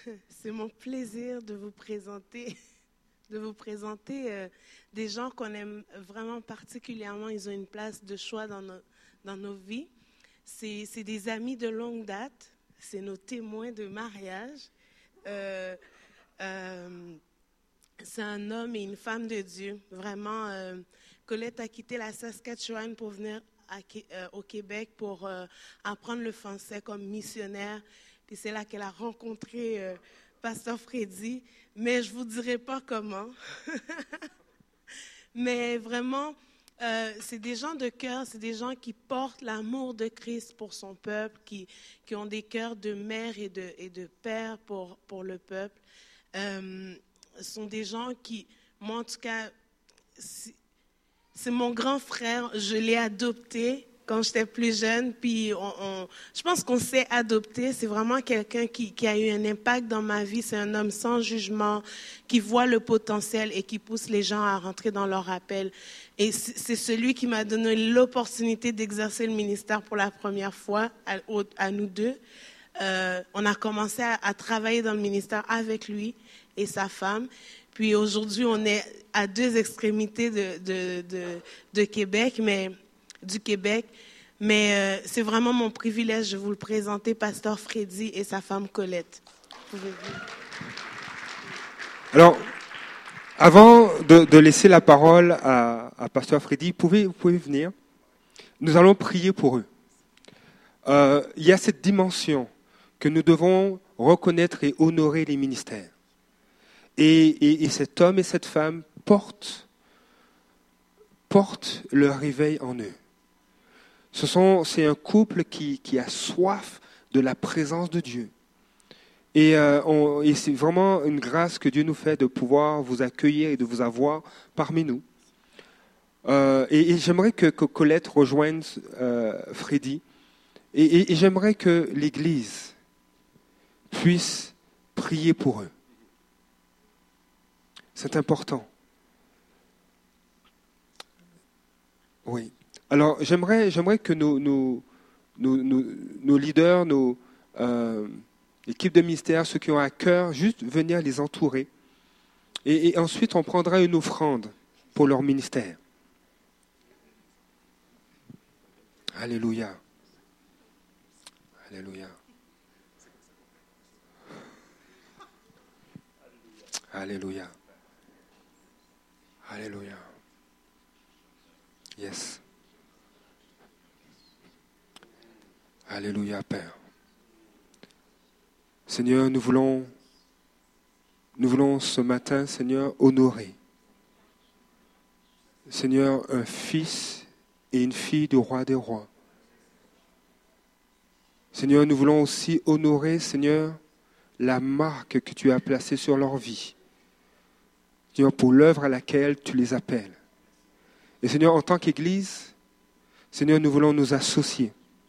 C'est mon plaisir de vous présenter, des gens qu'on aime vraiment particulièrement. Ils ont une place de choix dans nos vies. C'est des amis de longue date. C'est nos témoins de mariage. C'est un homme et une femme de Dieu. Vraiment, Colette a quitté la Saskatchewan pour venir au Québec pour apprendre le français comme missionnaire. Puis c'est là qu'elle a rencontré Pasteur Freddy. Mais je ne vous dirai pas comment. Mais vraiment, c'est des gens de cœur, c'est des gens qui portent l'amour de Christ pour son peuple, qui ont des cœurs de mère et de père pour le peuple. Ce sont des gens qui, moi en tout cas, c'est mon grand frère. Je l'ai adopté quand j'étais plus jeune, puis je pense qu'on s'est adopté. C'est vraiment quelqu'un qui a eu un impact dans ma vie. C'est un homme sans jugement, qui voit le potentiel et qui pousse les gens à rentrer dans leur appel. Et c'est celui qui m'a donné l'opportunité d'exercer le ministère pour la première fois à nous deux. On a commencé à travailler dans le ministère avec lui et sa femme. Puis aujourd'hui, on est à deux extrémités du Québec, mais c'est vraiment mon privilège de vous le présenter, Pasteur Freddy et sa femme Colette. Alors, avant de laisser la parole à Pasteur Freddy, vous pouvez venir. Nous allons prier pour eux. Il y a cette dimension que nous devons reconnaître et honorer les ministères. Et cet homme et cette femme portent le réveil en eux. C'est un couple qui a soif de la présence de Dieu. Et c'est vraiment une grâce que Dieu nous fait de pouvoir vous accueillir et de vous avoir parmi nous. Et j'aimerais que Colette rejoigne Freddy. Et j'aimerais que l'Église puisse prier pour eux. C'est important. Oui. Alors, j'aimerais que nos leaders, nos équipes de ministère, ceux qui ont à cœur, juste venir les entourer. Et ensuite, on prendra une offrande pour leur ministère. Alléluia. Alléluia. Alléluia. Alléluia. Yes. Alléluia, Père. Seigneur, nous voulons ce matin, Seigneur, honorer. Seigneur, un fils et une fille du roi des rois. Seigneur, nous voulons aussi honorer, Seigneur, la marque que tu as placée sur leur vie. Seigneur, pour l'œuvre à laquelle tu les appelles. Et Seigneur, en tant qu'Église, Seigneur, nous voulons nous associer.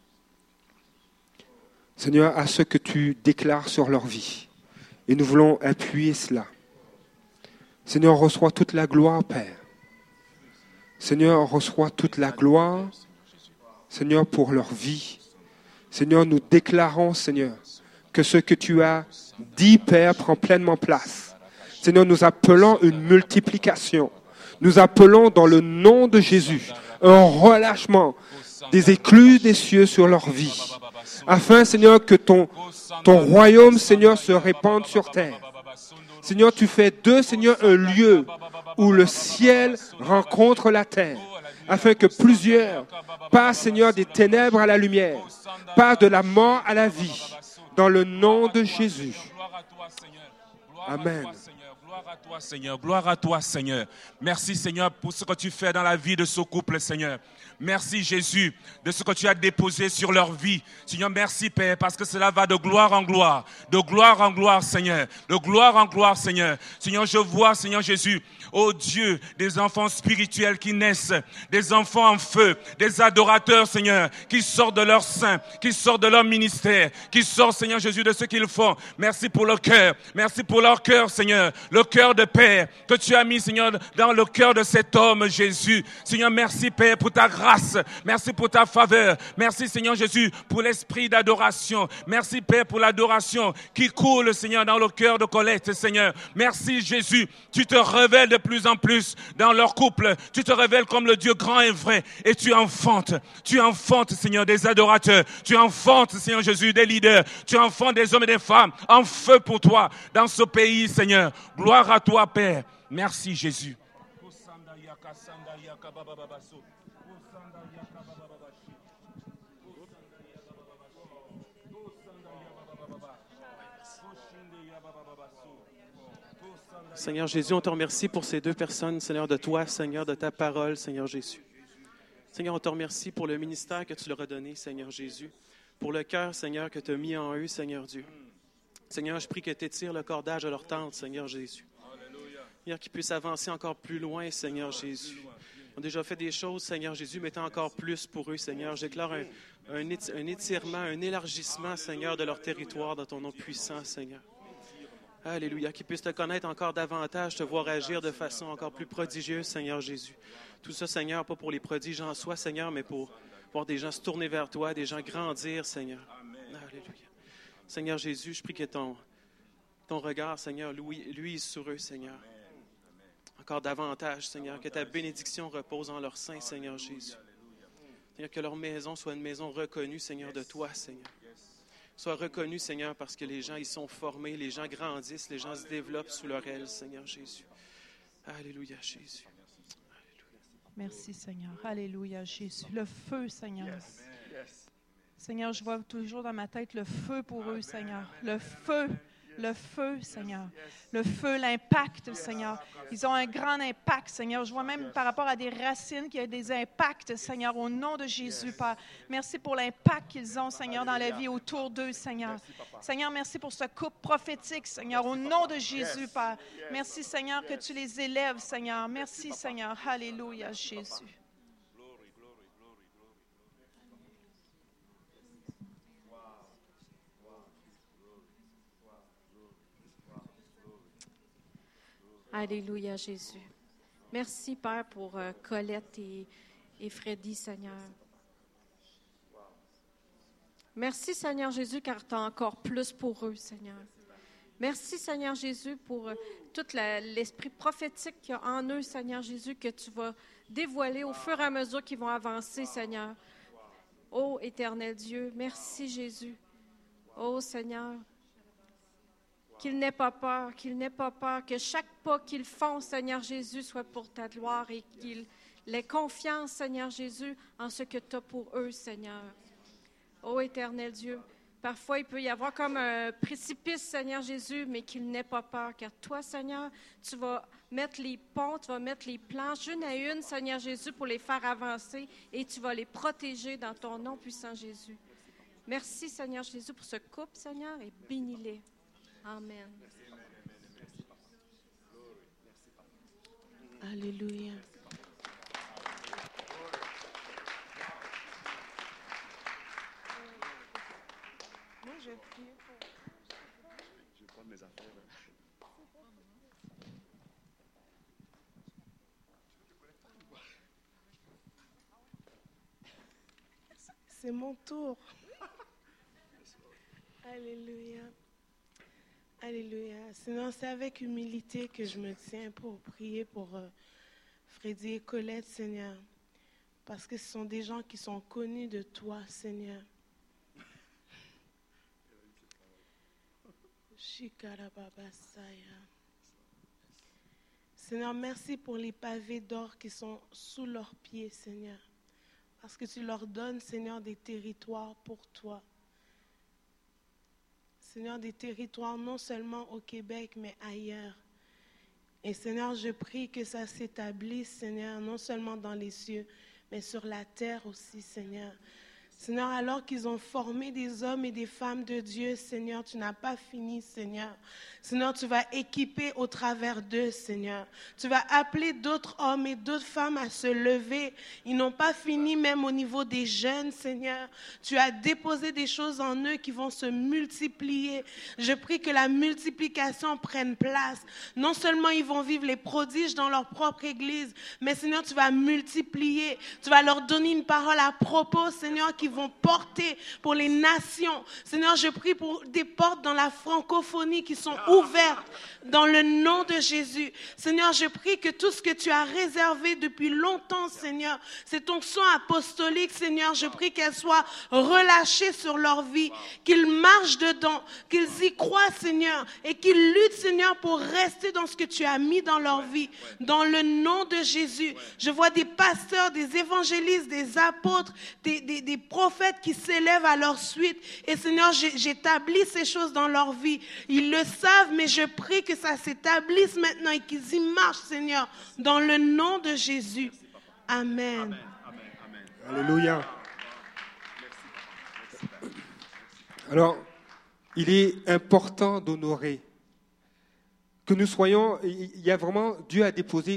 Seigneur, à ce que tu déclares sur leur vie. Et nous voulons appuyer cela. Seigneur, reçois toute la gloire, Père. Seigneur, reçois toute la gloire, Seigneur, pour leur vie. Seigneur, nous déclarons, Seigneur, que ce que tu as dit, Père, prend pleinement place. Seigneur, nous appelons une multiplication. Nous appelons dans le nom de Jésus un relâchement des écluses des cieux sur leur vie. Afin, Seigneur, que ton royaume, Seigneur, se répande sur terre. Seigneur, tu fais d'eux, Seigneur, un lieu où le ciel rencontre la terre. Afin que plusieurs passent, Seigneur, des ténèbres à la lumière, passent de la mort à la vie. Dans le nom de Jésus. Amen. Gloire à toi, Seigneur. Gloire à toi, Seigneur. Merci, Seigneur, pour ce que tu fais dans la vie de ce couple, Seigneur. Merci, Jésus, de ce que tu as déposé sur leur vie. Seigneur, merci, Père, parce que cela va de gloire en gloire. De gloire en gloire, Seigneur. De gloire en gloire, Seigneur. Seigneur, je vois, Seigneur Jésus, oh Dieu, des enfants spirituels qui naissent, des enfants en feu, des adorateurs, Seigneur, qui sortent de leur sein, qui sortent de leur ministère, qui sortent, Seigneur Jésus, de ce qu'ils font. Merci pour leur cœur. Merci pour leur cœur, Seigneur. Le cœur de père que tu as mis, Seigneur, dans le cœur de cet homme, Jésus. Seigneur, merci, Père, pour ta grâce. Merci pour ta faveur. Merci, Seigneur Jésus, pour l'esprit d'adoration. Merci, Père, pour l'adoration qui coule, Seigneur, dans le cœur de Colette, Seigneur. Merci, Jésus. Tu te révèles de plus en plus dans leur couple. Tu te révèles comme le Dieu grand et vrai. Et tu enfantes, Seigneur, des adorateurs. Tu enfantes, Seigneur Jésus, des leaders. Tu enfantes des hommes et des femmes en feu pour toi dans ce pays, Seigneur. Gloire à toi, Père. Merci, Jésus. Seigneur Jésus, on te remercie pour ces deux personnes, Seigneur, de toi, Seigneur, de ta parole, Seigneur Jésus. Seigneur, on te remercie pour le ministère que tu leur as donné, Seigneur Jésus, pour le cœur, Seigneur, que tu as mis en eux, Seigneur Dieu. Seigneur, je prie que tu étires le cordage de leur tente, Seigneur Jésus. Seigneur, qu'ils puissent avancer encore plus loin, Seigneur Jésus. Ils ont déjà fait des choses, Seigneur Jésus, mais t'as encore plus pour eux, Seigneur. Je déclare un étirement, un élargissement, Seigneur, de leur territoire dans ton nom puissant, Seigneur. Alléluia, qu'ils puissent te connaître encore davantage, te voir agir de façon encore plus prodigieuse, Seigneur Jésus. Tout ça, Seigneur, pas pour les prodiges en soi, Seigneur, mais pour voir des gens se tourner vers toi, des gens grandir, Seigneur. Alléluia. Seigneur Jésus, je prie que ton regard, Seigneur, luise sur eux, Seigneur. Encore davantage, Seigneur, que ta bénédiction repose en leur sein, Seigneur Jésus. Seigneur, que leur maison soit une maison reconnue, Seigneur, de toi, Seigneur. Soit reconnue, Seigneur, parce que les gens y sont formés, les gens grandissent, les gens se développent sous leur aile, Seigneur Jésus. Alléluia, Jésus. Alléluia. Merci, Seigneur. Alléluia, Jésus. Le feu, Seigneur. Seigneur, je vois toujours dans ma tête le feu pour eux, Seigneur. Le feu, Seigneur. Le feu, l'impact, Seigneur. Ils ont un grand impact, Seigneur. Je vois même par rapport à des racines qu'il y a des impacts, Seigneur, au nom de Jésus, Père. Merci pour l'impact qu'ils ont, Seigneur, dans la vie autour d'eux, Seigneur. Seigneur, merci pour ce couple prophétique, Seigneur, au nom de Jésus, Père. Merci, Seigneur, que tu les élèves, Seigneur. Merci, Seigneur. Alléluia, Jésus. Alléluia, Jésus. Merci, Père, pour Colette et Freddy, Seigneur. Merci, Seigneur Jésus, car tu as encore plus pour eux, Seigneur. Merci, Seigneur Jésus, pour tout l'esprit prophétique qu'il y a en eux, Seigneur Jésus, que tu vas dévoiler au fur et à mesure qu'ils vont avancer, Seigneur. Ô éternel Dieu, merci, Jésus. Ô Seigneur, qu'ils n'aient pas peur, que chaque pas qu'ils font, Seigneur Jésus, soit pour ta gloire et qu'ils aient confiance, Seigneur Jésus, en ce que tu as pour eux, Seigneur. Ô éternel Dieu, parfois il peut y avoir comme un précipice, Seigneur Jésus, mais qu'ils n'aient pas peur, car toi, Seigneur, tu vas mettre les ponts, tu vas mettre les planches une à une, Seigneur Jésus, pour les faire avancer et tu vas les protéger dans ton nom puissant, Jésus. Merci, Seigneur Jésus, pour ce couple, Seigneur, et bénis-les. Amen. Alléluia. Moi, je vais prier pour... Je vais prendre mes affaires. C'est mon tour. Alléluia. Alléluia. Sinon, c'est avec humilité que je me tiens pour prier pour Freddy et Colette, Seigneur. Parce que ce sont des gens qui sont connus de toi, Seigneur. Seigneur, merci pour les pavés d'or qui sont sous leurs pieds, Seigneur. Parce que tu leur donnes, Seigneur, des territoires pour toi. Seigneur, des territoires non seulement au Québec, mais ailleurs. Et Seigneur, je prie que ça s'établisse, Seigneur, non seulement dans les cieux, mais sur la terre aussi, Seigneur. Seigneur, alors qu'ils ont formé des hommes et des femmes de Dieu, Seigneur, tu n'as pas fini, Seigneur. Seigneur, tu vas équiper au travers d'eux, Seigneur. Tu vas appeler d'autres hommes et d'autres femmes à se lever. Ils n'ont pas fini même au niveau des jeunes, Seigneur. Tu as déposé des choses en eux qui vont se multiplier. Je prie que la multiplication prenne place. Non seulement ils vont vivre les prodiges dans leur propre église, mais Seigneur, tu vas multiplier. Tu vas leur donner une parole à propos, Seigneur, qui vont porter pour les nations. Seigneur, je prie pour des portes dans la francophonie qui sont ouvertes dans le nom de Jésus. Seigneur, je prie que tout ce que tu as réservé depuis longtemps, Seigneur, cette onction apostolique, Seigneur, je prie qu'elle soit relâchée sur leur vie, qu'ils marchent dedans, qu'ils y croient, Seigneur, et qu'ils luttent, Seigneur, pour rester dans ce que tu as mis dans leur vie. Dans le nom de Jésus, je vois des pasteurs, des évangélistes, des apôtres, des prophètes qui s'élèvent à leur suite. Et Seigneur, j'établis ces choses dans leur vie. Ils le savent, mais je prie que ça s'établisse maintenant et qu'ils y marchent, Seigneur, dans le nom de Jésus. Amen. Alléluia. Alors, il est important d'honorer. Que nous soyons, il y a vraiment, Dieu a déposé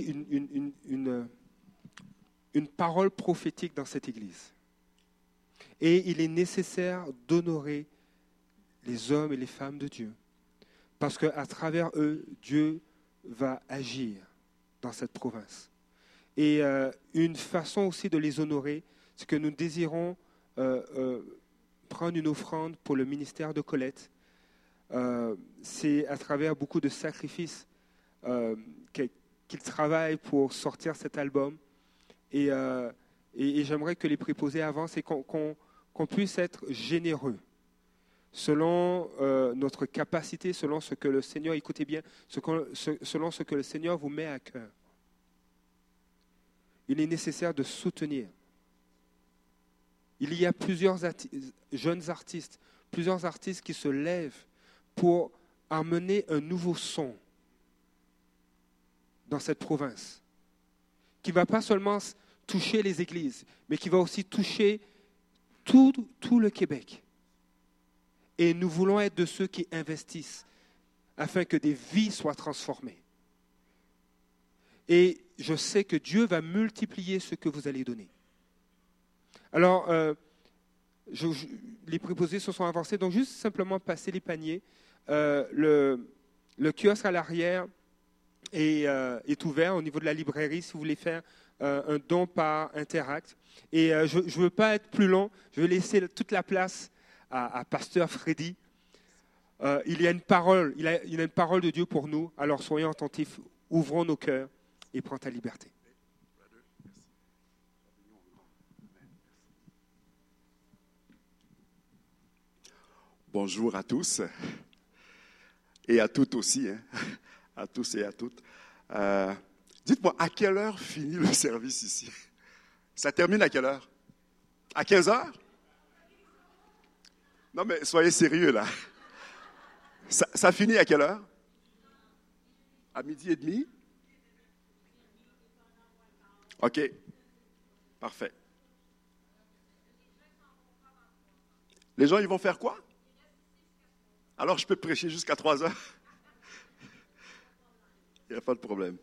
une parole prophétique dans cette église. Et il est nécessaire d'honorer les hommes et les femmes de Dieu. Parce qu'à travers eux, Dieu va agir dans cette province. Et une façon aussi de les honorer, c'est que nous désirons prendre une offrande pour le ministère de Colette. C'est à travers beaucoup de sacrifices qu'ils travaillent pour sortir cet album. Et j'aimerais que les préposés avancent et qu'on puisse être généreux selon notre capacité, selon ce que le Seigneur, écoutez bien, selon ce que le Seigneur vous met à cœur. Il est nécessaire de soutenir. Il y a plusieurs jeunes artistes, plusieurs artistes qui se lèvent pour amener un nouveau son dans cette province, qui ne va pas seulement toucher les églises, mais qui va aussi toucher tout le Québec. Et nous voulons être de ceux qui investissent afin que des vies soient transformées. Et je sais que Dieu va multiplier ce que vous allez donner. Alors, les préposés se sont avancés, donc juste simplement passer les paniers. Le kiosque à l'arrière est ouvert au niveau de la librairie si vous voulez faire un don par Interact. Et je ne veux pas être plus long, je vais laisser toute la place à Pasteur Freddy. Il y a une parole de Dieu pour nous, alors soyons attentifs, ouvrons nos cœurs et prends ta liberté. Bonjour à tous et à toutes aussi, hein. À tous et à toutes. Dites-moi, à quelle heure finit le service ici? Ça termine à quelle heure? À 15 heures? Non, mais soyez sérieux là. Ça finit à quelle heure? À 12h30? OK. Parfait. Les gens, ils vont faire quoi? Alors, je peux prêcher jusqu'à 3 heures? Il n'y a pas de problème.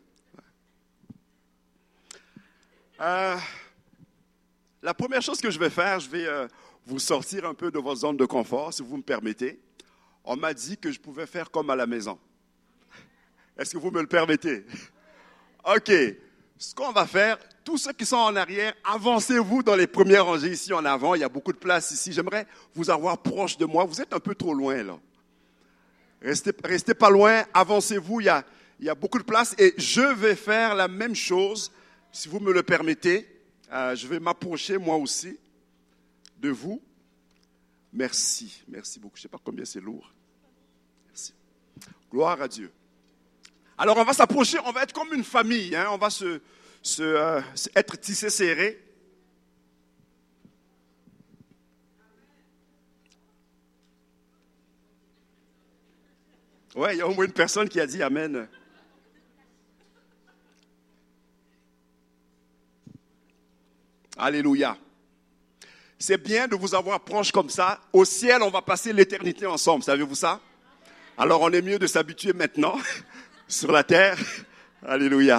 La première chose que je vais faire, je vais vous sortir un peu de votre zone de confort, si vous me permettez. On m'a dit que je pouvais faire comme à la maison. Est-ce que vous me le permettez? OK. Ce qu'on va faire, tous ceux qui sont en arrière, avancez-vous dans les premières rangées ici en avant. Il y a beaucoup de place ici. J'aimerais vous avoir proche de moi. Vous êtes un peu trop loin, là. Restez pas loin. Avancez-vous. Il y a beaucoup de place. Et je vais faire la même chose, si vous me le permettez. Je vais m'approcher, moi aussi, de vous. Merci. Merci beaucoup. Je ne sais pas combien c'est lourd. Merci. Gloire à Dieu. Alors, on va s'approcher, on va être comme une famille, hein, on va être tissé serré. Oui, il y a au moins une personne qui a dit Amen. Alléluia. c'est bien de vous avoir proche comme ça. Au ciel, on va passer l'éternité ensemble, savez-vous ça? Alors on est mieux de s'habituer maintenant sur la terre. Alléluia.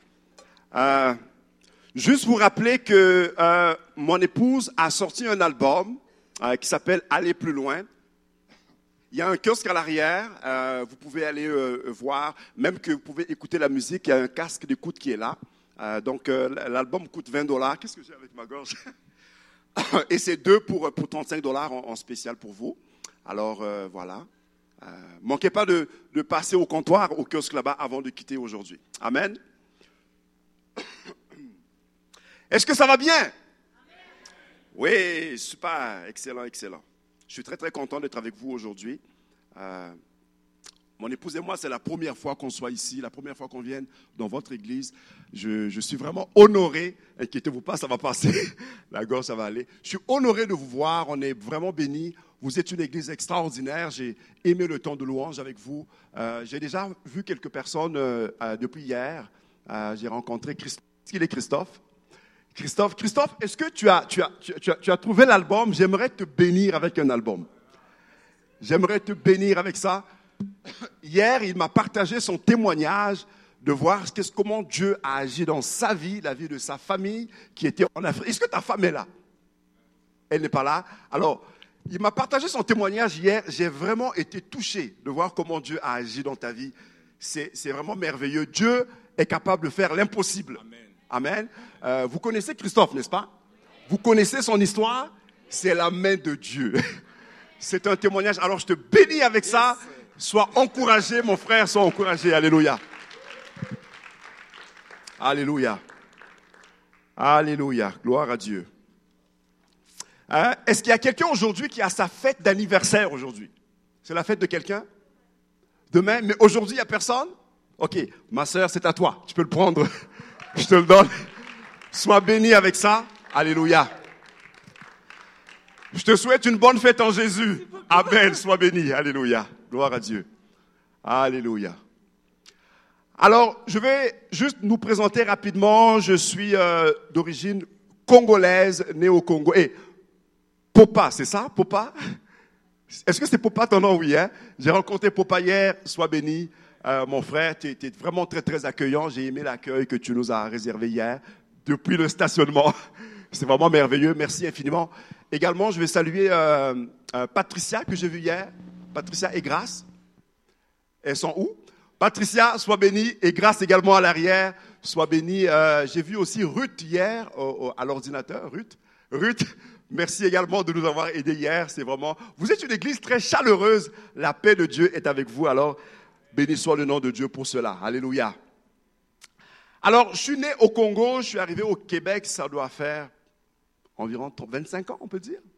Juste vous rappeler que mon épouse a sorti un album qui s'appelle « Aller plus loin ». Il y a un kiosque à l'arrière, vous pouvez aller voir, même que vous pouvez écouter la musique, il y a un casque d'écoute qui est là. Donc l'album coûte $20. Qu'est-ce que j'ai avec ma gorge? Et c'est 2 pour $35 en spécial pour vous. Alors voilà. Manquez pas de passer au comptoir, au kiosque là-bas avant de quitter aujourd'hui. Amen. Est-ce que ça va bien? Amen. Oui, super, excellent, excellent. Je suis très, très content d'être avec vous aujourd'hui. Mon épouse et moi, c'est la première fois qu'on soit ici, la première fois qu'on vienne dans votre église. Je suis vraiment honoré. Inquiétez-vous pas, ça va passer. La gorge, ça va aller. Je suis honoré de vous voir. On est vraiment bénis. Vous êtes une église extraordinaire. J'ai aimé le temps de louange avec vous. J'ai déjà vu quelques personnes depuis hier. J'ai rencontré Christophe. Est-ce qu'il est Christophe? Christophe, est-ce que tu as trouvé l'album? J'aimerais te bénir avec un album. J'aimerais te bénir avec ça. Hier, il m'a partagé son témoignage de voir comment Dieu a agi dans sa vie, la vie de sa famille qui était en Afrique. Est-ce que ta femme est là? Elle n'est pas là. Alors, il m'a partagé son témoignage hier. J'ai vraiment été touché de voir comment Dieu a agi dans ta vie. C'est vraiment merveilleux. Dieu est capable de faire l'impossible. Amen. Vous connaissez Christophe, n'est-ce pas? Vous connaissez son histoire? C'est la main de Dieu. C'est un témoignage. Alors, je te bénis avec ça. Sois encouragé, mon frère, sois encouragé. Alléluia. Alléluia. Alléluia. Gloire à Dieu. Est-ce qu'il y a quelqu'un aujourd'hui qui a sa fête d'anniversaire aujourd'hui? C'est la fête de quelqu'un? Demain? Mais aujourd'hui, il n'y a personne? Ok, ma sœur, c'est à toi. Tu peux le prendre. Je te le donne. Sois béni avec ça. Alléluia. Je te souhaite une bonne fête en Jésus. Amen. Sois béni. Alléluia. Gloire à Dieu. Alléluia. Alors, je vais juste nous présenter rapidement. Je suis d'origine congolaise, né au Congo. Et Popa, c'est ça, Popa? Est-ce que c'est Popa ton nom? Oui, hein? J'ai rencontré Popa hier. Sois béni. Mon frère, tu es vraiment très, très accueillant. J'ai aimé l'accueil que tu nous as réservé hier, depuis le stationnement. C'est vraiment merveilleux. Merci infiniment. Également, je vais saluer Patricia, que j'ai vue hier. Patricia et Grâce. Elles sont où? Patricia, sois bénie. Et Grâce également à l'arrière. Sois bénie. J'ai vu aussi Ruth hier à l'ordinateur. Ruth, merci également de nous avoir aidés hier. C'est vraiment... Vous êtes une église très chaleureuse. La paix de Dieu est avec vous. Alors, béni soit le nom de Dieu pour cela. Alléluia. Alors, je suis né au Congo, je suis arrivé au Québec, ça doit faire environ 25 ans, on peut dire.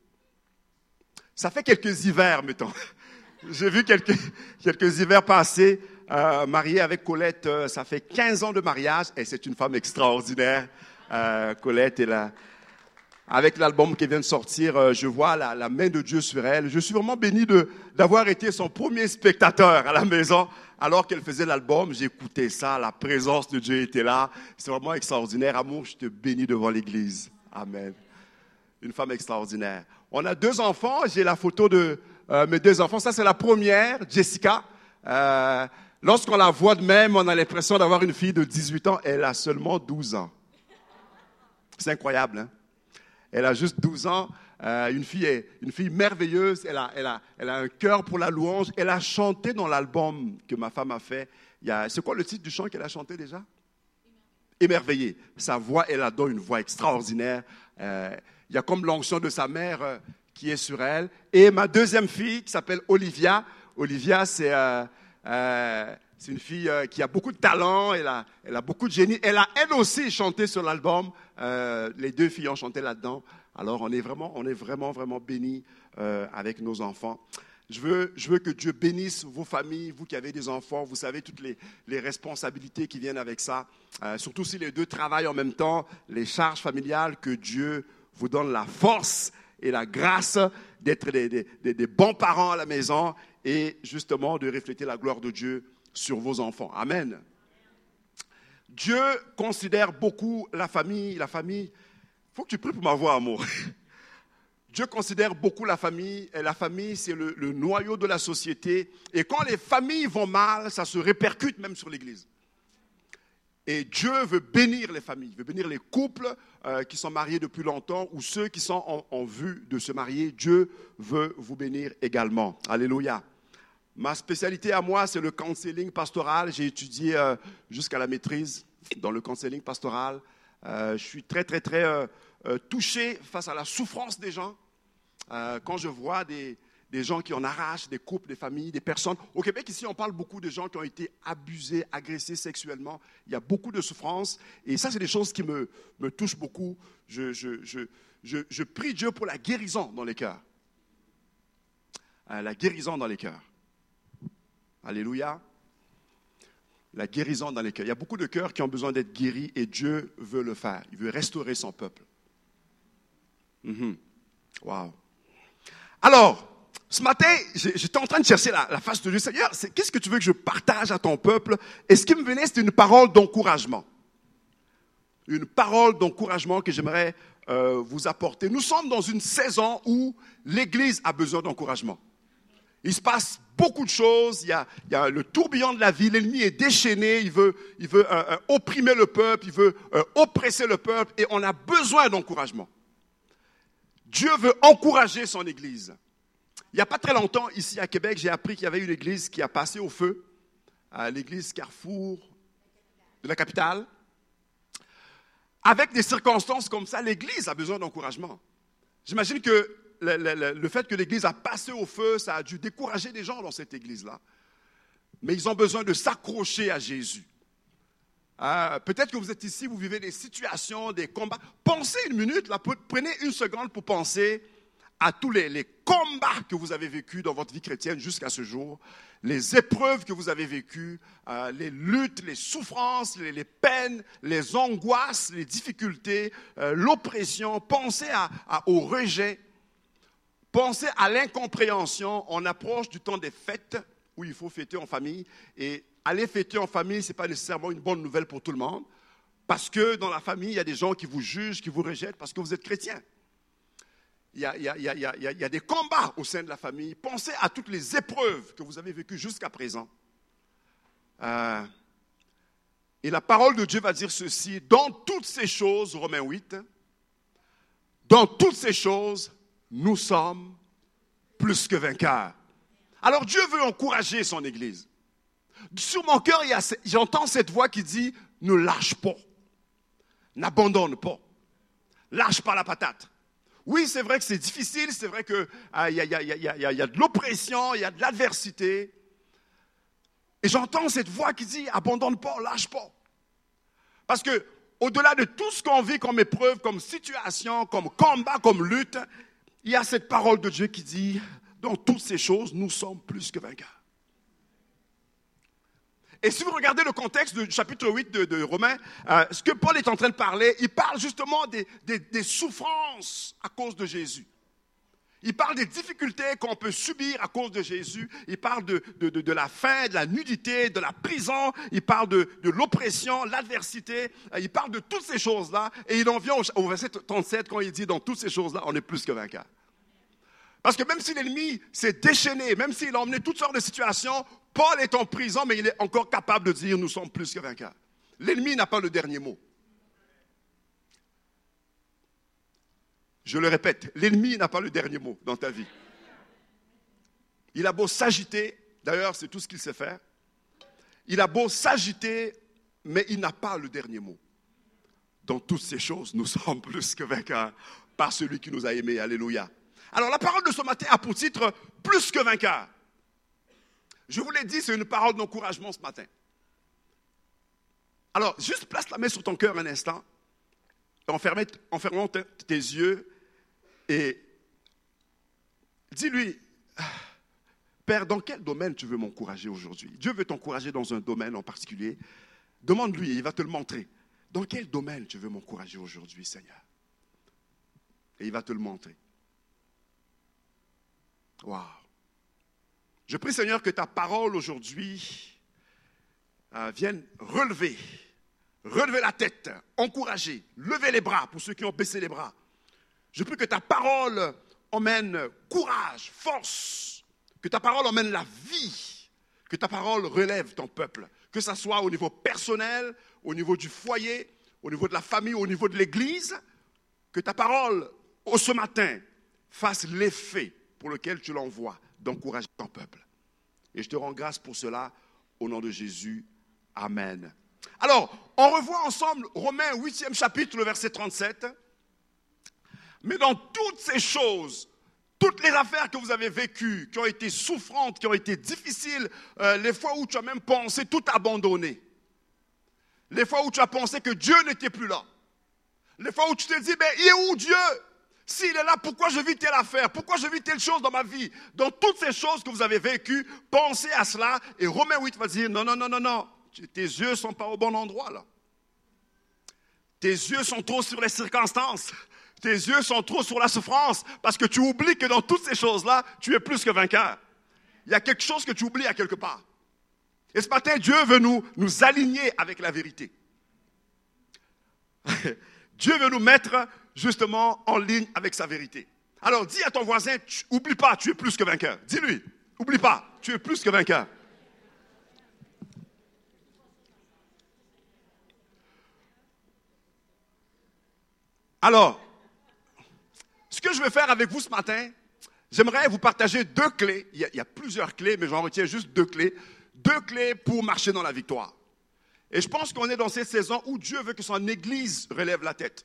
Ça fait quelques hivers, mettons. J'ai vu quelques hivers passer, marié avec Colette, ça fait 15 ans de mariage, et c'est une femme extraordinaire. Colette est là. Avec l'album qui vient de sortir, je vois la main de Dieu sur elle. Je suis vraiment béni d'avoir été son premier spectateur à la maison. Alors qu'elle faisait l'album, j'écoutais ça, la présence de Dieu était là. C'est vraiment extraordinaire. Amour, je te bénis devant l'église. Amen. Une femme extraordinaire. On a 2 enfants. J'ai la photo de mes 2 enfants. Ça, c'est la première, Jessica. Lorsqu'on la voit de même, on a l'impression d'avoir une fille de 18 ans. Elle a seulement 12 ans. C'est incroyable, hein? Elle a juste 12 ans, une fille merveilleuse, elle a un cœur pour la louange. Elle a chanté dans l'album que ma femme a fait. C'est quoi le titre du chant qu'elle a chanté déjà? Émerveillée. Sa voix, elle a donné une voix extraordinaire. Il y a comme l'onction de sa mère qui est sur elle. Et ma deuxième fille qui s'appelle Olivia. Olivia, c'est une fille qui a beaucoup de talent, elle a beaucoup de génie. Elle a elle aussi chanté sur l'album. Les 2 filles ont chanté là-dedans. Alors on est vraiment bénis avec nos enfants. Je veux que Dieu bénisse vos familles, vous qui avez des enfants. Vous savez toutes les responsabilités qui viennent avec ça. Surtout si les 2 travaillent en même temps, les charges familiales, que Dieu vous donne la force et la grâce d'être des bons parents à la maison et justement de refléter la gloire de Dieu sur vos enfants. Amen. Dieu considère beaucoup la famille. Il faut que tu pries pour ma voix, amour. Dieu considère beaucoup la famille, et la famille, c'est le noyau de la société. Et quand les familles vont mal, ça se répercute même sur l'Église. Et Dieu veut bénir les familles, veut bénir les couples qui sont mariés depuis longtemps ou ceux qui sont en vue de se marier. Dieu veut vous bénir également. Alléluia. Ma spécialité à moi, c'est le counseling pastoral. J'ai étudié jusqu'à la maîtrise dans le counseling pastoral. Je suis très touché face à la souffrance des gens. Quand je vois des gens qui en arrachent, des couples, des familles, des personnes. Au Québec, ici, on parle beaucoup de gens qui ont été abusés, agressés sexuellement. Il y a beaucoup de souffrance. Et ça, c'est des choses qui me touchent beaucoup. Je prie Dieu pour la guérison dans les cœurs. La guérison dans les cœurs. Alléluia. La guérison dans les cœurs. Il y a beaucoup de cœurs qui ont besoin d'être guéris et Dieu veut le faire. Il veut restaurer son peuple. Wow. Alors, ce matin, j'étais en train de chercher la face de Dieu. Seigneur, qu'est-ce que tu veux que je partage à ton peuple? Et ce qui me venait, c'était une parole d'encouragement. Une parole d'encouragement que j'aimerais vous apporter. Nous sommes dans une saison où l'Église a besoin d'encouragement. Il se passe beaucoup de choses. Il y a le tourbillon de la vie. L'ennemi est déchaîné. Il veut opprimer le peuple. Il veut oppresser le peuple. Et on a besoin d'encouragement. Dieu veut encourager son Église. Il n'y a pas très longtemps, ici à Québec, j'ai appris qu'il y avait une église qui a passé au feu, l'église Carrefour de la capitale. Avec des circonstances comme ça, l'église a besoin d'encouragement. J'imagine que le fait que l'église a passé au feu, ça a dû décourager des gens dans cette église-là. Mais ils ont besoin de s'accrocher à Jésus. Peut-être que vous êtes ici, vous vivez des situations, des combats. Pensez une minute, là, prenez une seconde pour penser à tous les combats que vous avez vécus dans votre vie chrétienne jusqu'à ce jour, les épreuves que vous avez vécues, les luttes, les souffrances, les peines, les angoisses, les difficultés, l'oppression. Pensez au rejet. Pensez à l'incompréhension. On approche du temps des fêtes où il faut fêter en famille. Et aller fêter en famille, ce n'est pas nécessairement une bonne nouvelle pour tout le monde. Parce que dans la famille, il y a des gens qui vous jugent, qui vous rejettent parce que vous êtes chrétien. Il y a des combats au sein de la famille. Pensez à toutes les épreuves que vous avez vécues jusqu'à présent. Et la parole de Dieu va dire ceci. Dans toutes ces choses, Romains 8, dans toutes ces choses, nous sommes plus que vainqueurs. Alors Dieu veut encourager son Église. Sur mon cœur, j'entends cette voix qui dit, ne lâche pas, n'abandonne pas, lâche pas la patate. Oui, c'est vrai que c'est difficile, c'est vrai qu'il y a de l'oppression, il y a de l'adversité. Et j'entends cette voix qui dit, abandonne pas, lâche pas. Parce que, au-delà de tout ce qu'on vit comme épreuve, comme situation, comme combat, comme lutte, il y a cette parole de Dieu qui dit, dans toutes ces choses, nous sommes plus que vainqueurs. Et si vous regardez le contexte du chapitre 8 de Romains, ce que Paul est en train de parler, il parle justement des souffrances à cause de Jésus. Il parle des difficultés qu'on peut subir à cause de Jésus. Il parle de la faim, de la nudité, de la prison. Il parle de l'oppression, l'adversité. Il parle de toutes ces choses-là. Et il en vient au verset 37 quand il dit, dans toutes ces choses-là, on est plus que vainqueurs. Parce que même si l'ennemi s'est déchaîné, même s'il a emmené toutes sortes de situations, Paul est en prison, mais il est encore capable de dire, nous sommes plus que vainqueurs. L'ennemi n'a pas le dernier mot. Je le répète, l'ennemi n'a pas le dernier mot dans ta vie. Il a beau s'agiter, d'ailleurs c'est tout ce qu'il sait faire, il a beau s'agiter, mais il n'a pas le dernier mot. Dans toutes ces choses, nous sommes plus que vainqueurs par celui qui nous a aimés. Alléluia. Alors la parole de ce matin a pour titre « Plus que vainqueur ». Je vous l'ai dit, c'est une parole d'encouragement ce matin. Alors, juste place la main sur ton cœur un instant, en fermant tes yeux, et dis-lui, Père, dans quel domaine tu veux m'encourager aujourd'hui? Dieu veut t'encourager dans un domaine en particulier. Demande-lui, il va te le montrer. Dans quel domaine tu veux m'encourager aujourd'hui, Seigneur? Et il va te le montrer. Wow. Je prie, Seigneur, que ta parole aujourd'hui vienne relever la tête, encourager, lever les bras pour ceux qui ont baissé les bras. Je prie que ta parole emmène courage, force, que ta parole emmène la vie, que ta parole relève ton peuple, que ce soit au niveau personnel, au niveau du foyer, au niveau de la famille, au niveau de l'Église, que ta parole, ce matin, fasse l'effet pour lequel tu l'envoies, d'encourager ton peuple. Et je te rends grâce pour cela, au nom de Jésus. Amen. Alors, on revoit ensemble Romains 8e chapitre, le verset 37. Mais dans toutes ces choses, toutes les affaires que vous avez vécues, qui ont été souffrantes, qui ont été difficiles, les fois où tu as même pensé tout abandonner, les fois où tu as pensé que Dieu n'était plus là, les fois où tu te dis, mais il est où Dieu? S'il est là, pourquoi je vis telle affaire? Pourquoi je vis telle chose dans ma vie? Dans toutes ces choses que vous avez vécues, pensez à cela. Et Romains 8 va dire, non, tes yeux ne sont pas au bon endroit là. Tes yeux sont trop sur les circonstances. Tes yeux sont trop sur la souffrance. Parce que tu oublies que dans toutes ces choses-là, tu es plus que vainqueur. Il y a quelque chose que tu oublies à quelque part. Et ce matin, Dieu veut nous aligner avec la vérité. Dieu veut nous mettre justement en ligne avec sa vérité. Alors dis à ton voisin, oublie pas, tu es plus que vainqueur. Dis-lui, oublie pas, tu es plus que vainqueur. Alors, ce que je vais faire avec vous ce matin, j'aimerais vous partager 2 clés. Il y a plusieurs clés, mais j'en retiens juste 2 clés. 2 clés pour marcher dans la victoire. Et je pense qu'on est dans cette saison où Dieu veut que son Église relève la tête.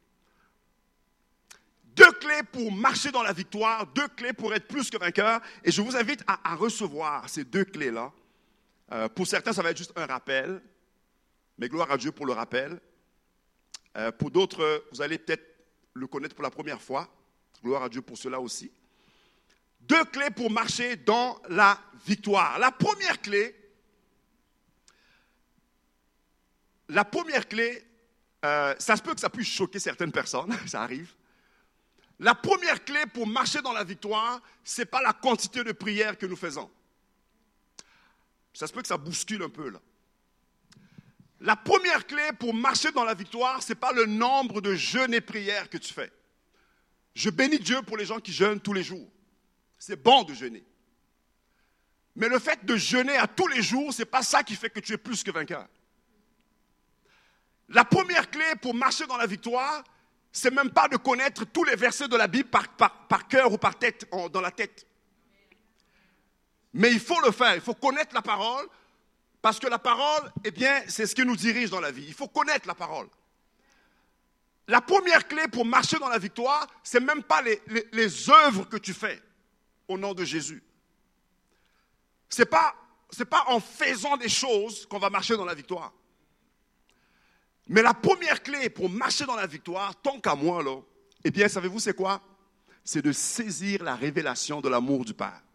2 clés pour marcher dans la victoire, 2 clés pour être plus que vainqueur. Et je vous invite à recevoir ces 2 clés-là. Pour certains, ça va être juste un rappel. Mais gloire à Dieu pour le rappel. Pour d'autres, vous allez peut-être le connaître pour la première fois. Gloire à Dieu pour cela aussi. 2 clés pour marcher dans la victoire. La première clé, ça se peut que ça puisse choquer certaines personnes, ça arrive. La première clé pour marcher dans la victoire, ce n'est pas la quantité de prières que nous faisons. Ça se peut que ça bouscule un peu là. La première clé pour marcher dans la victoire, ce n'est pas le nombre de jeûnes et prières que tu fais. Je bénis Dieu pour les gens qui jeûnent tous les jours. C'est bon de jeûner. Mais le fait de jeûner à tous les jours, ce n'est pas ça qui fait que tu es plus que vainqueur. La première clé pour marcher dans la victoire, c'est même pas de connaître tous les versets de la Bible par cœur ou par tête, dans la tête. Mais il faut le faire, il faut connaître la parole, parce que la parole, eh bien, c'est ce qui nous dirige dans la vie. Il faut connaître la parole. La première clé pour marcher dans la victoire, c'est même pas les œuvres que tu fais au nom de Jésus. C'est pas en faisant des choses qu'on va marcher dans la victoire. Mais la première clé pour marcher dans la victoire, tant qu'à moi, là, eh bien, savez-vous c'est quoi? C'est de saisir la révélation de l'amour du Père.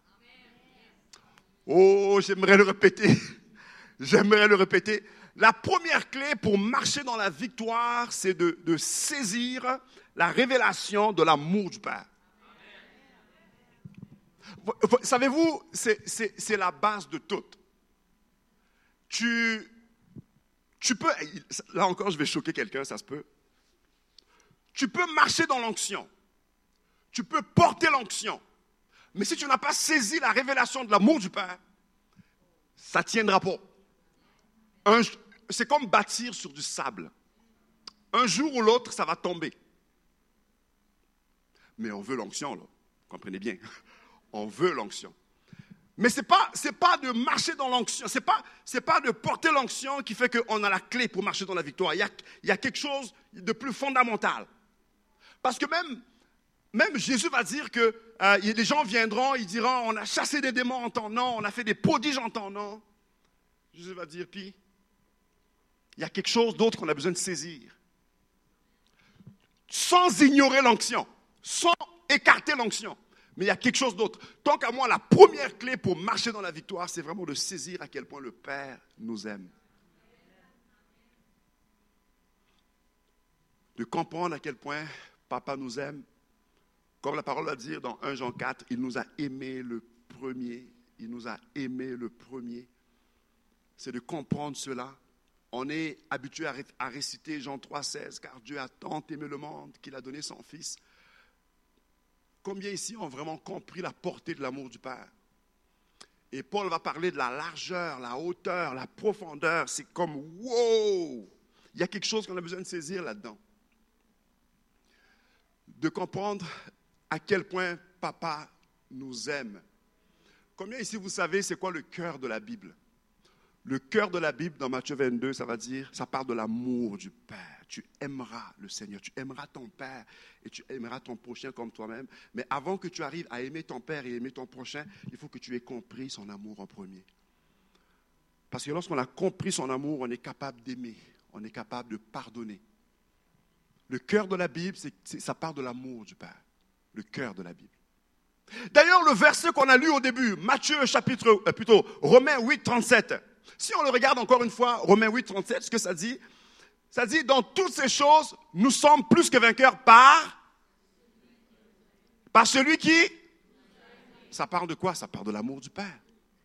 Oh, j'aimerais le répéter. J'aimerais le répéter. La première clé pour marcher dans la victoire, c'est de saisir la révélation de l'amour du Père. Savez-vous, c'est la base de tout. Tu peux, là encore je vais choquer quelqu'un, ça se peut. Tu peux marcher dans l'onction. Tu peux porter l'onction. Mais si tu n'as pas saisi la révélation de l'amour du Père, ça ne tiendra pas. C'est comme bâtir sur du sable. Un jour ou l'autre, ça va tomber. Mais on veut l'onction, là. Vous comprenez bien. On veut l'onction. Mais c'est pas de marcher dans l'onction, c'est pas de porter l'onction qui fait qu'on a la clé pour marcher dans la victoire. Il y a quelque chose de plus fondamental. Parce que même Jésus va dire que les gens viendront, ils diront, on a chassé des démons en ton nom, on a fait des prodiges en ton nom. Jésus va dire, puis, il y a quelque chose d'autre qu'on a besoin de saisir. Sans ignorer l'onction, sans écarter l'onction. Mais il y a quelque chose d'autre. Tant qu'à moi, la première clé pour marcher dans la victoire, c'est vraiment de saisir à quel point le Père nous aime. De comprendre à quel point Papa nous aime. Comme la parole va dire dans 1 Jean 4, il nous a aimés le premier. Il nous a aimés le premier. C'est de comprendre cela. On est habitué à réciter Jean 3,16, car Dieu a tant aimé le monde qu'il a donné son Fils. Combien ici ont vraiment compris la portée de l'amour du Père? Et Paul va parler de la largeur, la hauteur, la profondeur. C'est comme, wow! Il y a quelque chose qu'on a besoin de saisir là-dedans. De comprendre à quel point Papa nous aime. Combien ici vous savez c'est quoi le cœur de la Bible? Le cœur de la Bible, dans Matthieu 22, ça parle de l'amour du Père. Tu aimeras le Seigneur, tu aimeras ton Père et tu aimeras ton prochain comme toi-même. Mais avant que tu arrives à aimer ton Père et aimer ton prochain, il faut que tu aies compris son amour en premier. Parce que lorsqu'on a compris son amour, on est capable d'aimer, on est capable de pardonner. Le cœur de la Bible, ça part de l'amour du Père. Le cœur de la Bible. D'ailleurs, le verset qu'on a lu au début, Romains 8, 37. Si on le regarde encore une fois, Romains 8, 37, ce que ça dit? Ça dit, dans toutes ces choses, nous sommes plus que vainqueurs par celui qui? Ça parle de quoi? Ça parle de l'amour du Père.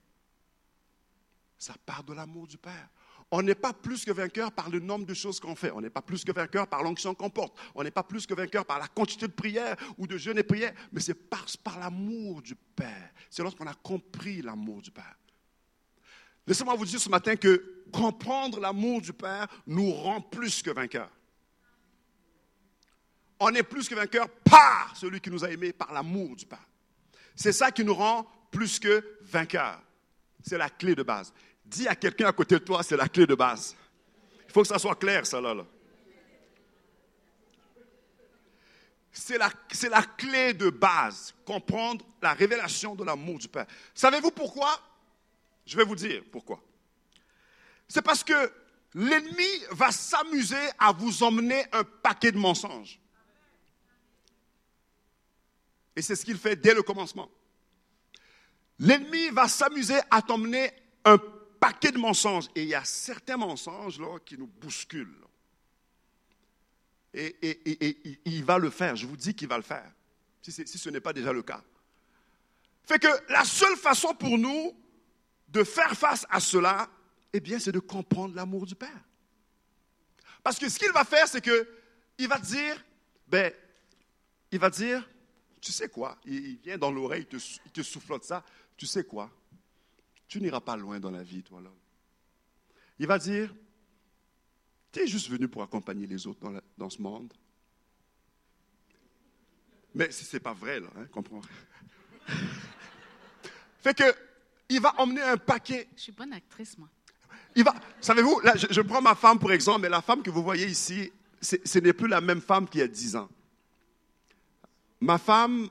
Ça parle de l'amour du Père. On n'est pas plus que vainqueur par le nombre de choses qu'on fait. On n'est pas plus que vainqueur par l'onction qu'on porte. On n'est pas plus que vainqueur par la quantité de prières ou de jeûnes et prières. Mais c'est par l'amour du Père. C'est lorsqu'on a compris l'amour du Père. Laissez-moi vous dire ce matin que comprendre l'amour du Père nous rend plus que vainqueurs. On est plus que vainqueurs par celui qui nous a aimés, par l'amour du Père. C'est ça qui nous rend plus que vainqueurs. C'est la clé de base. Dis à quelqu'un à côté de toi, c'est la clé de base. Il faut que ça soit clair, ça là. C'est la clé de base, comprendre la révélation de l'amour du Père. Savez-vous pourquoi? Je vais vous dire pourquoi. C'est parce que l'ennemi va s'amuser à vous emmener un paquet de mensonges. Et c'est ce qu'il fait dès le commencement. L'ennemi va s'amuser à t'emmener un paquet de mensonges. Et il y a certains mensonges là, qui nous bousculent. Et il va le faire. Je vous dis qu'il va le faire. Si ce n'est pas déjà le cas. Fait que la seule façon pour nous de faire face à cela, eh bien, c'est de comprendre l'amour du Père. Parce que ce qu'il va faire, c'est qu'il va te dire, tu sais quoi, il vient dans l'oreille, il te soufflote ça, tu sais quoi, tu n'iras pas loin dans la vie, toi, là. Il va dire, tu es juste venu pour accompagner les autres dans ce monde. Mais ce n'est pas vrai, là, hein, comprends? Fait que, il va emmener un paquet. Je suis bonne actrice, moi. Savez-vous, là, je prends ma femme pour exemple, mais la femme que vous voyez ici, ce n'est plus la même femme qu'il y a 10 ans. Ma femme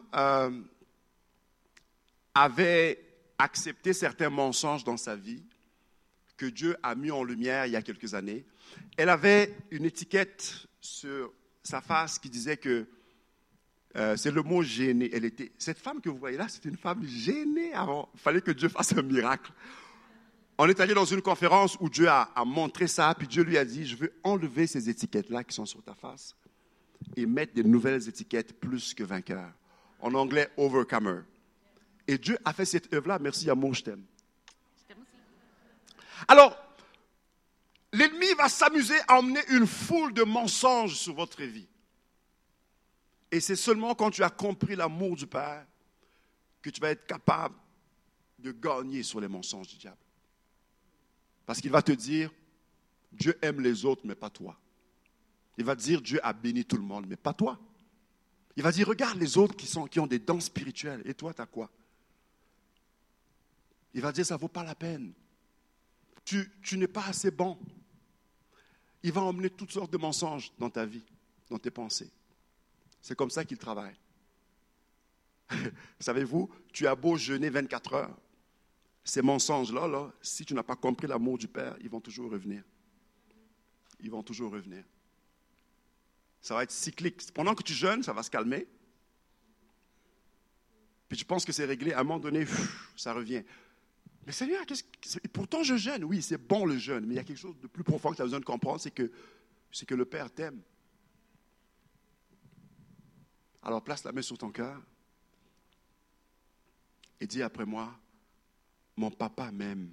avait accepté certains mensonges dans sa vie que Dieu a mis en lumière il y a quelques années. Elle avait une étiquette sur sa face qui disait que c'est le mot gêné. Cette femme que vous voyez là, c'était une femme gênée avant. Il fallait que Dieu fasse un miracle. On est allé dans une conférence où Dieu a montré ça, puis Dieu lui a dit, je veux enlever ces étiquettes-là qui sont sur ta face et mettre des nouvelles étiquettes plus que vainqueur. En anglais, overcomer. Et Dieu a fait cette œuvre-là. Merci, amour, je t'aime. Je t'aime aussi. Alors, l'ennemi va s'amuser à emmener une foule de mensonges sur votre vie. Et c'est seulement quand tu as compris l'amour du Père que tu vas être capable de gagner sur les mensonges du diable. Parce qu'il va te dire, Dieu aime les autres, mais pas toi. Il va te dire, Dieu a béni tout le monde, mais pas toi. Il va dire, regarde les autres qui ont des dons spirituels, et toi, tu as quoi? Il va dire, ça ne vaut pas la peine. Tu n'es pas assez bon. Il va emmener toutes sortes de mensonges dans ta vie, dans tes pensées. C'est comme ça qu'il travaille. Savez-vous, tu as beau jeûner 24 heures. Ces mensonges-là, là, si tu n'as pas compris l'amour du Père, ils vont toujours revenir. Ils vont toujours revenir. Ça va être cyclique. Pendant que tu jeûnes, ça va se calmer. Puis tu penses que c'est réglé. À un moment donné, ça revient. Mais Seigneur, pourtant je jeûne. Oui, c'est bon le jeûne. Mais il y a quelque chose de plus profond que tu as besoin de comprendre, c'est que le Père t'aime. Alors place la main sur ton cœur et dis après moi, mon papa m'aime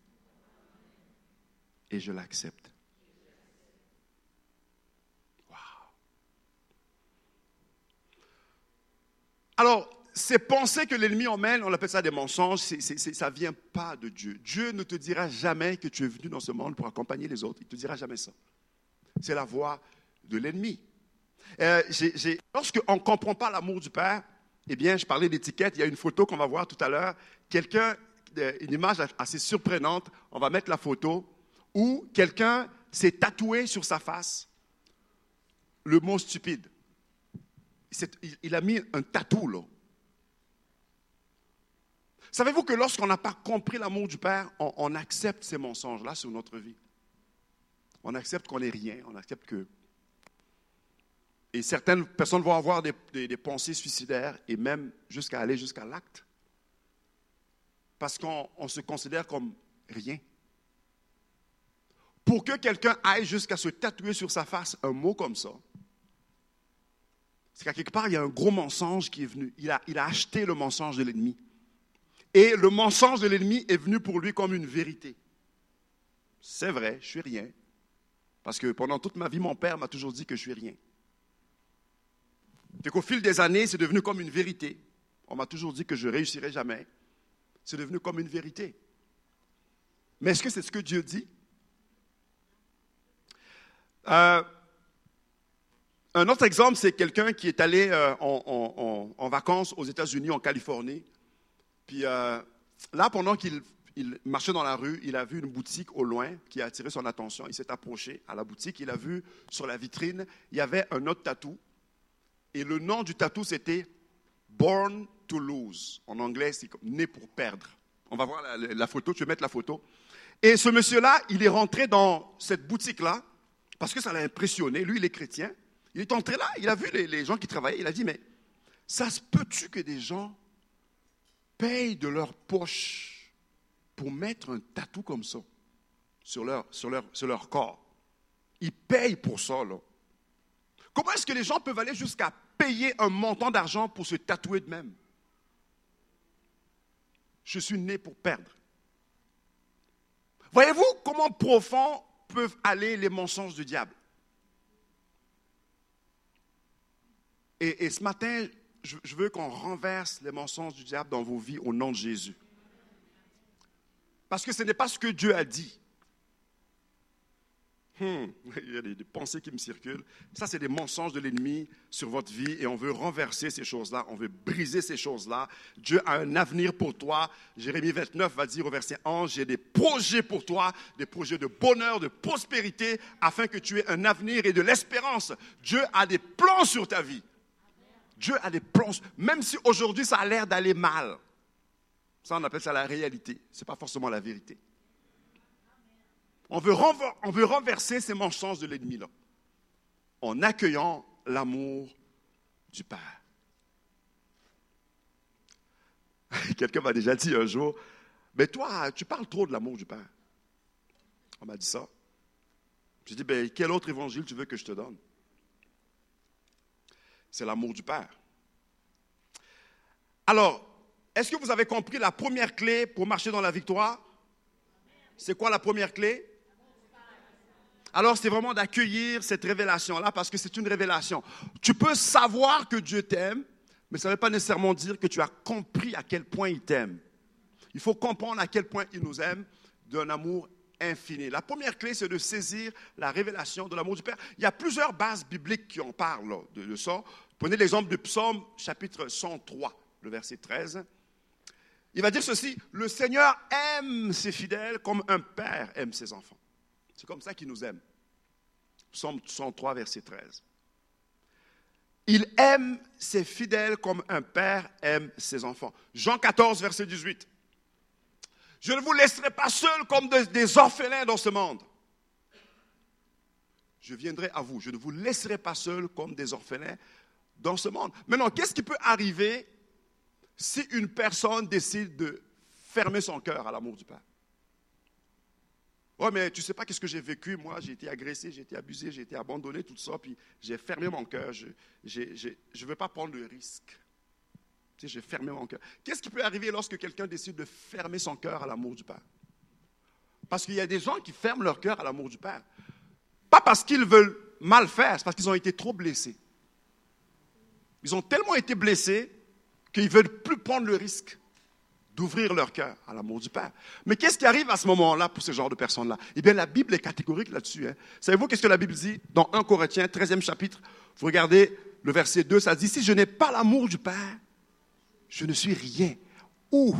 et je l'accepte. Wow. Alors, ces pensées que l'ennemi emmène, on appelle ça des mensonges, ça ne vient pas de Dieu. Dieu ne te dira jamais que tu es venu dans ce monde pour accompagner les autres. Il ne te dira jamais ça. C'est la voix de l'ennemi. Lorsqu'on ne comprend pas l'amour du Père, eh bien, je parlais d'étiquette, il y a une photo qu'on va voir tout à l'heure. Une image assez surprenante, on va mettre la photo, où quelqu'un s'est tatoué sur sa face le mot stupide. Il a mis un tatou, là. Savez-vous que lorsqu'on n'a pas compris l'amour du Père, on accepte ces mensonges-là sur notre vie. On accepte qu'on n'est rien, on accepte que... Et certaines personnes vont avoir des pensées suicidaires et même aller jusqu'à l'acte. Parce qu'on se considère comme rien. Pour que quelqu'un aille jusqu'à se tatouer sur sa face un mot comme ça, c'est qu'à quelque part, il y a un gros mensonge qui est venu. Il a acheté le mensonge de l'ennemi. Et le mensonge de l'ennemi est venu pour lui comme une vérité. C'est vrai, je suis rien. Parce que pendant toute ma vie, mon père m'a toujours dit que je suis rien. Et qu'au fil des années, c'est devenu comme une vérité. On m'a toujours dit que je ne réussirais jamais. C'est devenu comme une vérité. Mais est-ce que c'est ce que Dieu dit? Un autre exemple, c'est quelqu'un qui est allé en vacances aux États-Unis, en Californie. Puis là, pendant qu'il marchait dans la rue, il a vu une boutique au loin qui a attiré son attention. Il s'est approché à la boutique. Il a vu sur la vitrine, il y avait un autre tatou. Et le nom du tatou, c'était « Born to Lose ». En anglais, c'est comme « né pour perdre ». On va voir la photo, tu veux mettre la photo. Et ce monsieur-là, il est rentré dans cette boutique-là parce que ça l'a impressionné. Lui, il est chrétien. Il est entré là, il a vu les gens qui travaillaient. Il a dit « Mais ça se peut-tu que des gens payent de leur poche pour mettre un tatou comme ça sur leur corps? Ils payent pour ça, là. Comment est-ce que les gens peuvent aller jusqu'à payer un montant d'argent pour se tatouer d'eux-mêmes? Je suis né pour perdre. Voyez-vous comment profonds peuvent aller les mensonges du diable? Et ce matin, je veux qu'on renverse les mensonges du diable dans vos vies au nom de Jésus. Parce que ce n'est pas ce que Dieu a dit. Il y a des pensées qui me circulent. Ça, c'est des mensonges de l'ennemi sur votre vie et on veut renverser ces choses-là. On veut briser ces choses-là. Dieu a un avenir pour toi. Jérémie 29 va dire au verset 11, « J'ai des projets pour toi, des projets de bonheur, de prospérité, afin que tu aies un avenir et de l'espérance. » Dieu a des plans sur ta vie. Dieu a des plans, même si aujourd'hui ça a l'air d'aller mal. Ça, on appelle ça la réalité. Ce n'est pas forcément la vérité. On veut renverser ces mensonges de l'ennemi-là en accueillant l'amour du Père. Quelqu'un m'a déjà dit un jour, « Mais toi, tu parles trop de l'amour du Père. » On m'a dit ça. J'ai dit, « Quel autre évangile tu veux que je te donne? » C'est l'amour du Père. Alors, est-ce que vous avez compris la première clé pour marcher dans la victoire? C'est quoi la première clé? Alors, c'est vraiment d'accueillir cette révélation-là parce que c'est une révélation. Tu peux savoir que Dieu t'aime, mais ça ne veut pas nécessairement dire que tu as compris à quel point il t'aime. Il faut comprendre à quel point il nous aime d'un amour infini. La première clé, c'est de saisir la révélation de l'amour du Père. Il y a plusieurs bases bibliques qui en parlent là, de ça. Prenez l'exemple de Psaume, chapitre 103, le verset 13. Il va dire ceci, « Le Seigneur aime ses fidèles comme un père aime ses enfants. » C'est comme ça qu'il nous aime. Psaume 103, verset 13. Il aime ses fidèles comme un père aime ses enfants. Jean 14, verset 18. Je ne vous laisserai pas seuls comme des orphelins dans ce monde. Je viendrai à vous. Je ne vous laisserai pas seuls comme des orphelins dans ce monde. Maintenant, qu'est-ce qui peut arriver si une personne décide de fermer son cœur à l'amour du Père? Oh, mais tu ne sais pas qu'est-ce que j'ai vécu. Moi, j'ai été agressé, j'ai été abusé, j'ai été abandonné, tout ça, puis j'ai fermé mon cœur. Je ne veux pas prendre le risque. Tu sais, j'ai fermé mon cœur. Qu'est-ce qui peut arriver lorsque quelqu'un décide de fermer son cœur à l'amour du Père? Parce qu'il y a des gens qui ferment leur cœur à l'amour du Père. Pas parce qu'ils veulent mal faire, c'est parce qu'ils ont été trop blessés. Ils ont tellement été blessés qu'ils ne veulent plus prendre le risque d'ouvrir leur cœur à l'amour du Père. Mais qu'est-ce qui arrive à ce moment-là pour ce genre de personnes-là? Eh bien, la Bible est catégorique là-dessus. Savez-vous qu'est-ce que la Bible dit dans 1 Corinthiens, 13e chapitre? Vous regardez le verset 2, ça dit, si je n'ai pas l'amour du Père, je ne suis rien. Ouh!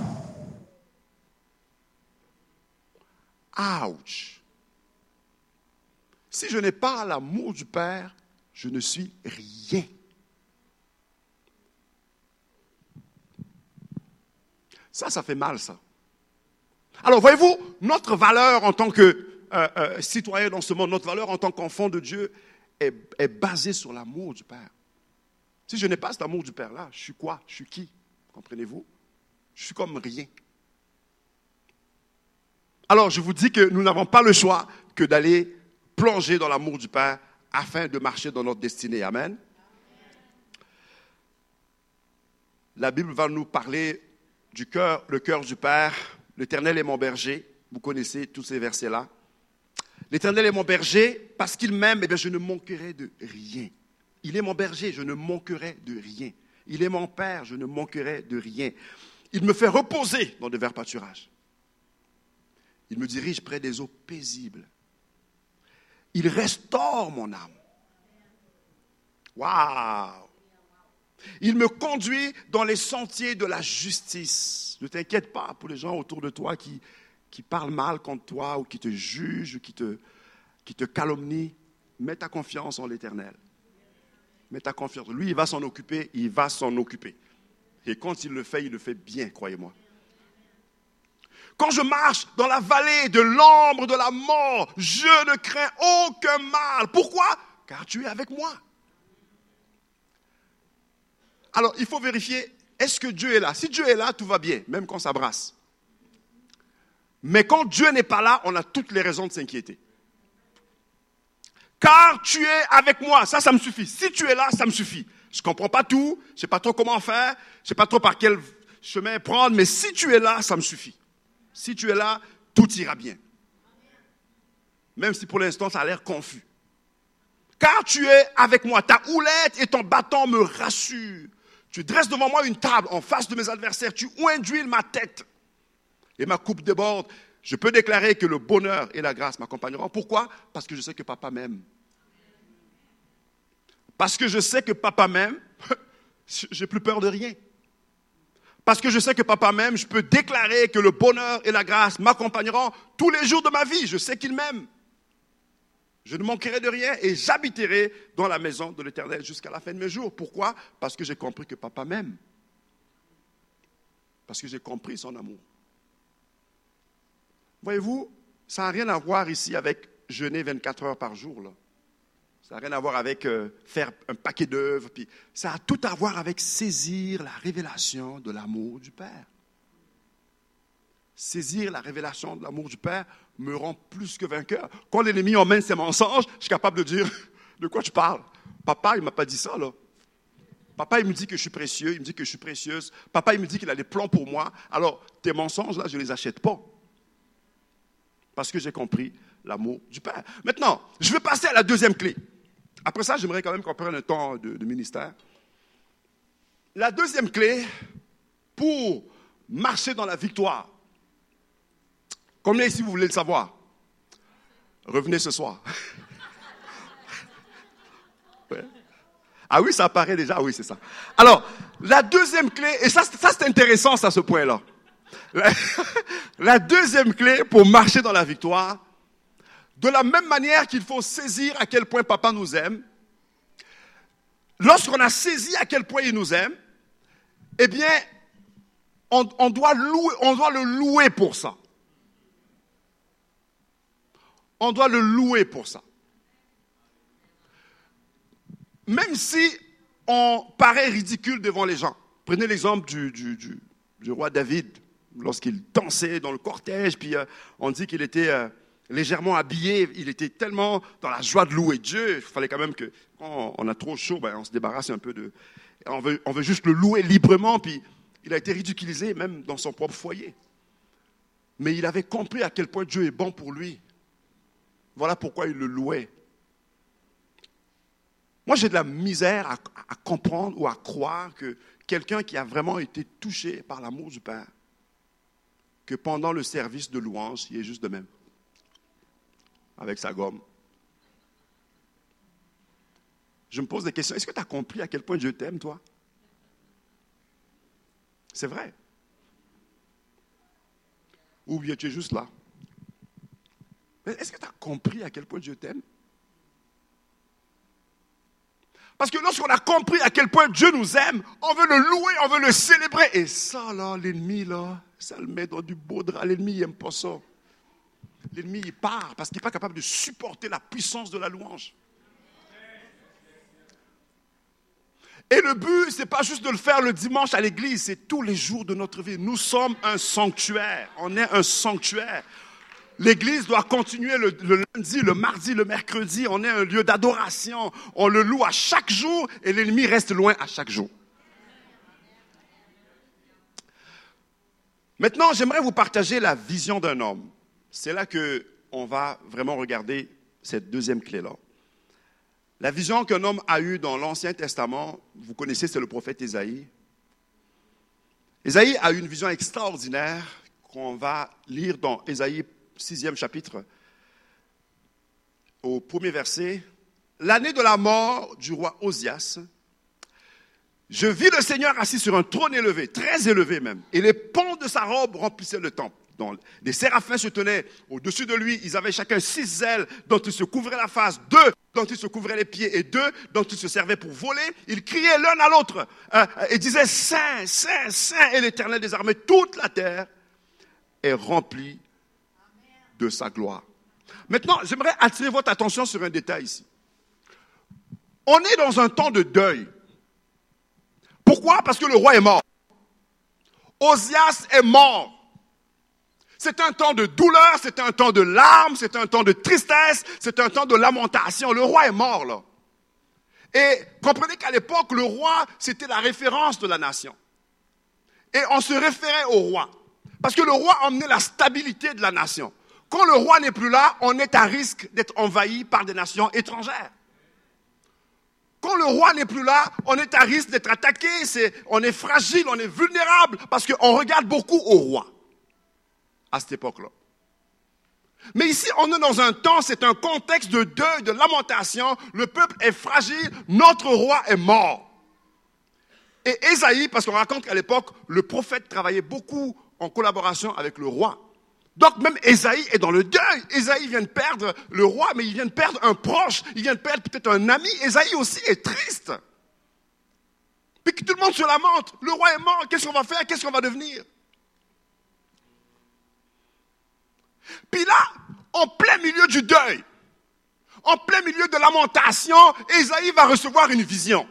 Ouch! Si je n'ai pas l'amour du Père, je ne suis rien. Ça fait mal, ça. Alors, voyez-vous, notre valeur en tant que citoyen dans ce monde, notre valeur en tant qu'enfant de Dieu est basée sur l'amour du Père. Si je n'ai pas cet amour du Père-là, je suis quoi? Je suis qui? Comprenez-vous? Je suis comme rien. Alors, je vous dis que nous n'avons pas le choix que d'aller plonger dans l'amour du Père afin de marcher dans notre destinée. Amen. La Bible va nous parler du cœur, le cœur du Père. L'Éternel est mon berger. Vous connaissez tous ces versets-là. L'Éternel est mon berger, parce qu'il m'aime, eh bien, je ne manquerai de rien. Il est mon berger, je ne manquerai de rien. Il est mon Père, je ne manquerai de rien. Il me fait reposer dans de verts pâturages. Il me dirige près des eaux paisibles. Il restaure mon âme. Waouh! Il me conduit dans les sentiers de la justice. Ne t'inquiète pas pour les gens autour de toi qui parlent mal contre toi ou qui te jugent, ou qui te calomnient. Mets ta confiance en l'Éternel. Mets ta confiance. Lui, il va s'en occuper, il va s'en occuper. Et quand il le fait bien, croyez-moi. Quand je marche dans la vallée de l'ombre de la mort, je ne crains aucun mal. Pourquoi? Car tu es avec moi. Alors, il faut vérifier, est-ce que Dieu est là? Si Dieu est là, tout va bien, même quand ça brasse. Mais quand Dieu n'est pas là, on a toutes les raisons de s'inquiéter. Car tu es avec moi, ça me suffit. Si tu es là, ça me suffit. Je ne comprends pas tout, je ne sais pas trop comment faire, je ne sais pas trop par quel chemin prendre, mais si tu es là, ça me suffit. Si tu es là, tout ira bien. Même si pour l'instant, ça a l'air confus. Car tu es avec moi, ta houlette et ton bâton me rassurent. Tu dresses devant moi une table en face de mes adversaires, tu oins d'huile ma tête et ma coupe déborde. Je peux déclarer que le bonheur et la grâce m'accompagneront. Pourquoi? Parce que je sais que papa m'aime. Parce que je sais que papa m'aime, j'ai plus peur de rien. Parce que je sais que papa m'aime, je peux déclarer que le bonheur et la grâce m'accompagneront tous les jours de ma vie. Je sais qu'il m'aime. Je ne manquerai de rien et j'habiterai dans la maison de l'Éternel jusqu'à la fin de mes jours. Pourquoi? Parce que j'ai compris que papa m'aime. Parce que j'ai compris son amour. Voyez-vous, ça n'a rien à voir ici avec jeûner 24 heures par jour, là. Ça n'a rien à voir avec faire un paquet d'œuvres. Puis ça a tout à voir avec saisir la révélation de l'amour du Père. Saisir la révélation de l'amour du Père me rend plus que vainqueur. Quand l'ennemi emmène ses mensonges, je suis capable de dire de quoi tu parles. Papa, il ne m'a pas dit ça, là. Papa, il me dit que je suis précieux, il me dit que je suis précieuse. Papa, il me dit qu'il a des plans pour moi. Alors, tes mensonges, là, je ne les achète pas. Parce que j'ai compris l'amour du Père. Maintenant, je vais passer à la deuxième clé. Après ça, j'aimerais quand même qu'on prenne un temps de ministère. La deuxième clé pour marcher dans la victoire. Combien ici vous voulez le savoir? Revenez ce soir. Ouais. Ah oui, ça apparaît déjà. Ah oui, c'est ça. Alors, la deuxième clé, et ça c'est intéressant, ça, ce point-là. La deuxième clé pour marcher dans la victoire, de la même manière qu'il faut saisir à quel point papa nous aime, lorsqu'on a saisi à quel point il nous aime, eh bien, on doit le louer pour ça. On doit le louer pour ça. Même si on paraît ridicule devant les gens. Prenez l'exemple du roi David, lorsqu'il dansait dans le cortège, puis on dit qu'il était légèrement habillé, il était tellement dans la joie de louer Dieu, il fallait quand même que, quand on a trop chaud, on se débarrasse un peu de... On veut juste le louer librement, puis il a été ridiculisé même dans son propre foyer. Mais il avait compris à quel point Dieu est bon pour lui. Voilà pourquoi il le louait. Moi, j'ai de la misère à comprendre ou à croire qu'il quelqu'un qui a vraiment été touché par l'amour du Père, que pendant le service de louange, il est juste de même, avec sa gomme. Je me pose des questions. Est-ce que tu as compris à quel point Dieu t'aime, toi? C'est vrai. Ou bien tu es juste là. Mais est-ce que tu as compris à quel point Dieu t'aime? Parce que lorsqu'on a compris à quel point Dieu nous aime, on veut le louer, on veut le célébrer. Et ça, là, l'ennemi, là, ça le met dans du beau drap. L'ennemi, il n'aime pas ça. L'ennemi, il part parce qu'il n'est pas capable de supporter la puissance de la louange. Et le but, ce n'est pas juste de le faire le dimanche à l'église, c'est tous les jours de notre vie. Nous sommes un sanctuaire. On est un sanctuaire. L'église doit continuer le lundi, le mardi, le mercredi. On est un lieu d'adoration. On le loue à chaque jour et l'ennemi reste loin à chaque jour. Maintenant, j'aimerais vous partager la vision d'un homme. C'est là qu'on va vraiment regarder cette deuxième clé-là. La vision qu'un homme a eue dans l'Ancien Testament, vous connaissez, c'est le prophète Ésaïe. Ésaïe a eu une vision extraordinaire qu'on va lire dans Ésaïe 6e chapitre, au premier verset. L'année de la mort du roi Osias, je vis le Seigneur assis sur un trône élevé, très élevé même, et les pans de sa robe remplissaient le temple. Des séraphins se tenaient au-dessus de lui, ils avaient chacun 6 ailes dont ils se couvraient la face, 2 dont ils se couvraient les pieds et 2 dont ils se servaient pour voler. Ils criaient l'un à l'autre et disaient « Saint, Saint, Saint est l'Éternel des armées, toute la terre est remplie de sa gloire. » Maintenant, j'aimerais attirer votre attention sur un détail ici. On est dans un temps de deuil. Pourquoi? Parce que le roi est mort. Osias est mort. C'est un temps de douleur, c'est un temps de larmes, c'est un temps de tristesse, c'est un temps de lamentation. Le roi est mort, là. Et comprenez qu'à l'époque, le roi, c'était la référence de la nation. Et on se référait au roi. Parce que le roi emmenait la stabilité de la nation. Quand le roi n'est plus là, on est à risque d'être envahi par des nations étrangères. Quand le roi n'est plus là, on est à risque d'être attaqué, on est fragile, on est vulnérable, parce qu'on regarde beaucoup au roi. À cette époque-là. Mais ici, on est dans un temps, c'est un contexte de deuil, de lamentation. Le peuple est fragile, notre roi est mort. Et Ésaïe, parce qu'on raconte qu'à l'époque, le prophète travaillait beaucoup en collaboration avec le roi. Donc même Ésaïe est dans le deuil. Ésaïe vient de perdre le roi, mais il vient de perdre un proche, il vient de perdre peut-être un ami. Ésaïe aussi est triste. Puis que tout le monde se lamente. Le roi est mort, qu'est-ce qu'on va faire? Qu'est-ce qu'on va devenir? Puis là, en plein milieu du deuil, en plein milieu de lamentation, Ésaïe va recevoir une vision.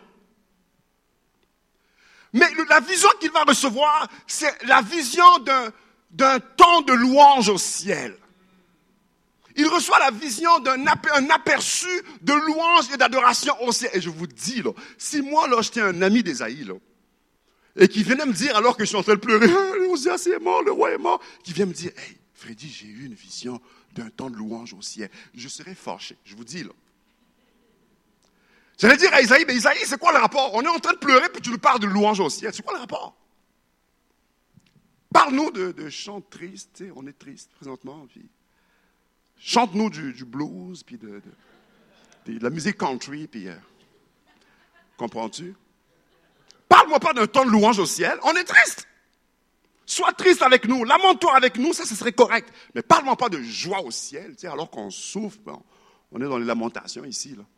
Mais la vision qu'il va recevoir, c'est la vision d'un temps de louange au ciel. Il reçoit la vision d'un aperçu de louange et d'adoration au ciel. Et je vous dis, là, si moi, là, j'étais un ami d'Ésaïe, là, et qui venait me dire, alors que je suis en train de pleurer, Osias est mort, le roi est mort, qui vient me dire, hey, Freddy, j'ai eu une vision d'un temps de louange au ciel. Je serais fâché, je vous dis là. J'allais dire à Isaïe, mais Isaïe, c'est quoi le rapport? On est en train de pleurer, puis tu nous parles de louange au ciel. C'est quoi le rapport? Parle-nous de chants tristes, tu sais, on est triste présentement. Puis chante-nous du blues, puis de la musique country, puis comprends-tu? Parle-moi pas d'un temps de louange au ciel, on est triste. Sois triste avec nous, lamente-toi avec nous, ça, ce serait correct. Mais parle-moi pas de joie au ciel, tu sais, alors qu'on souffre, on est dans les lamentations ici, là.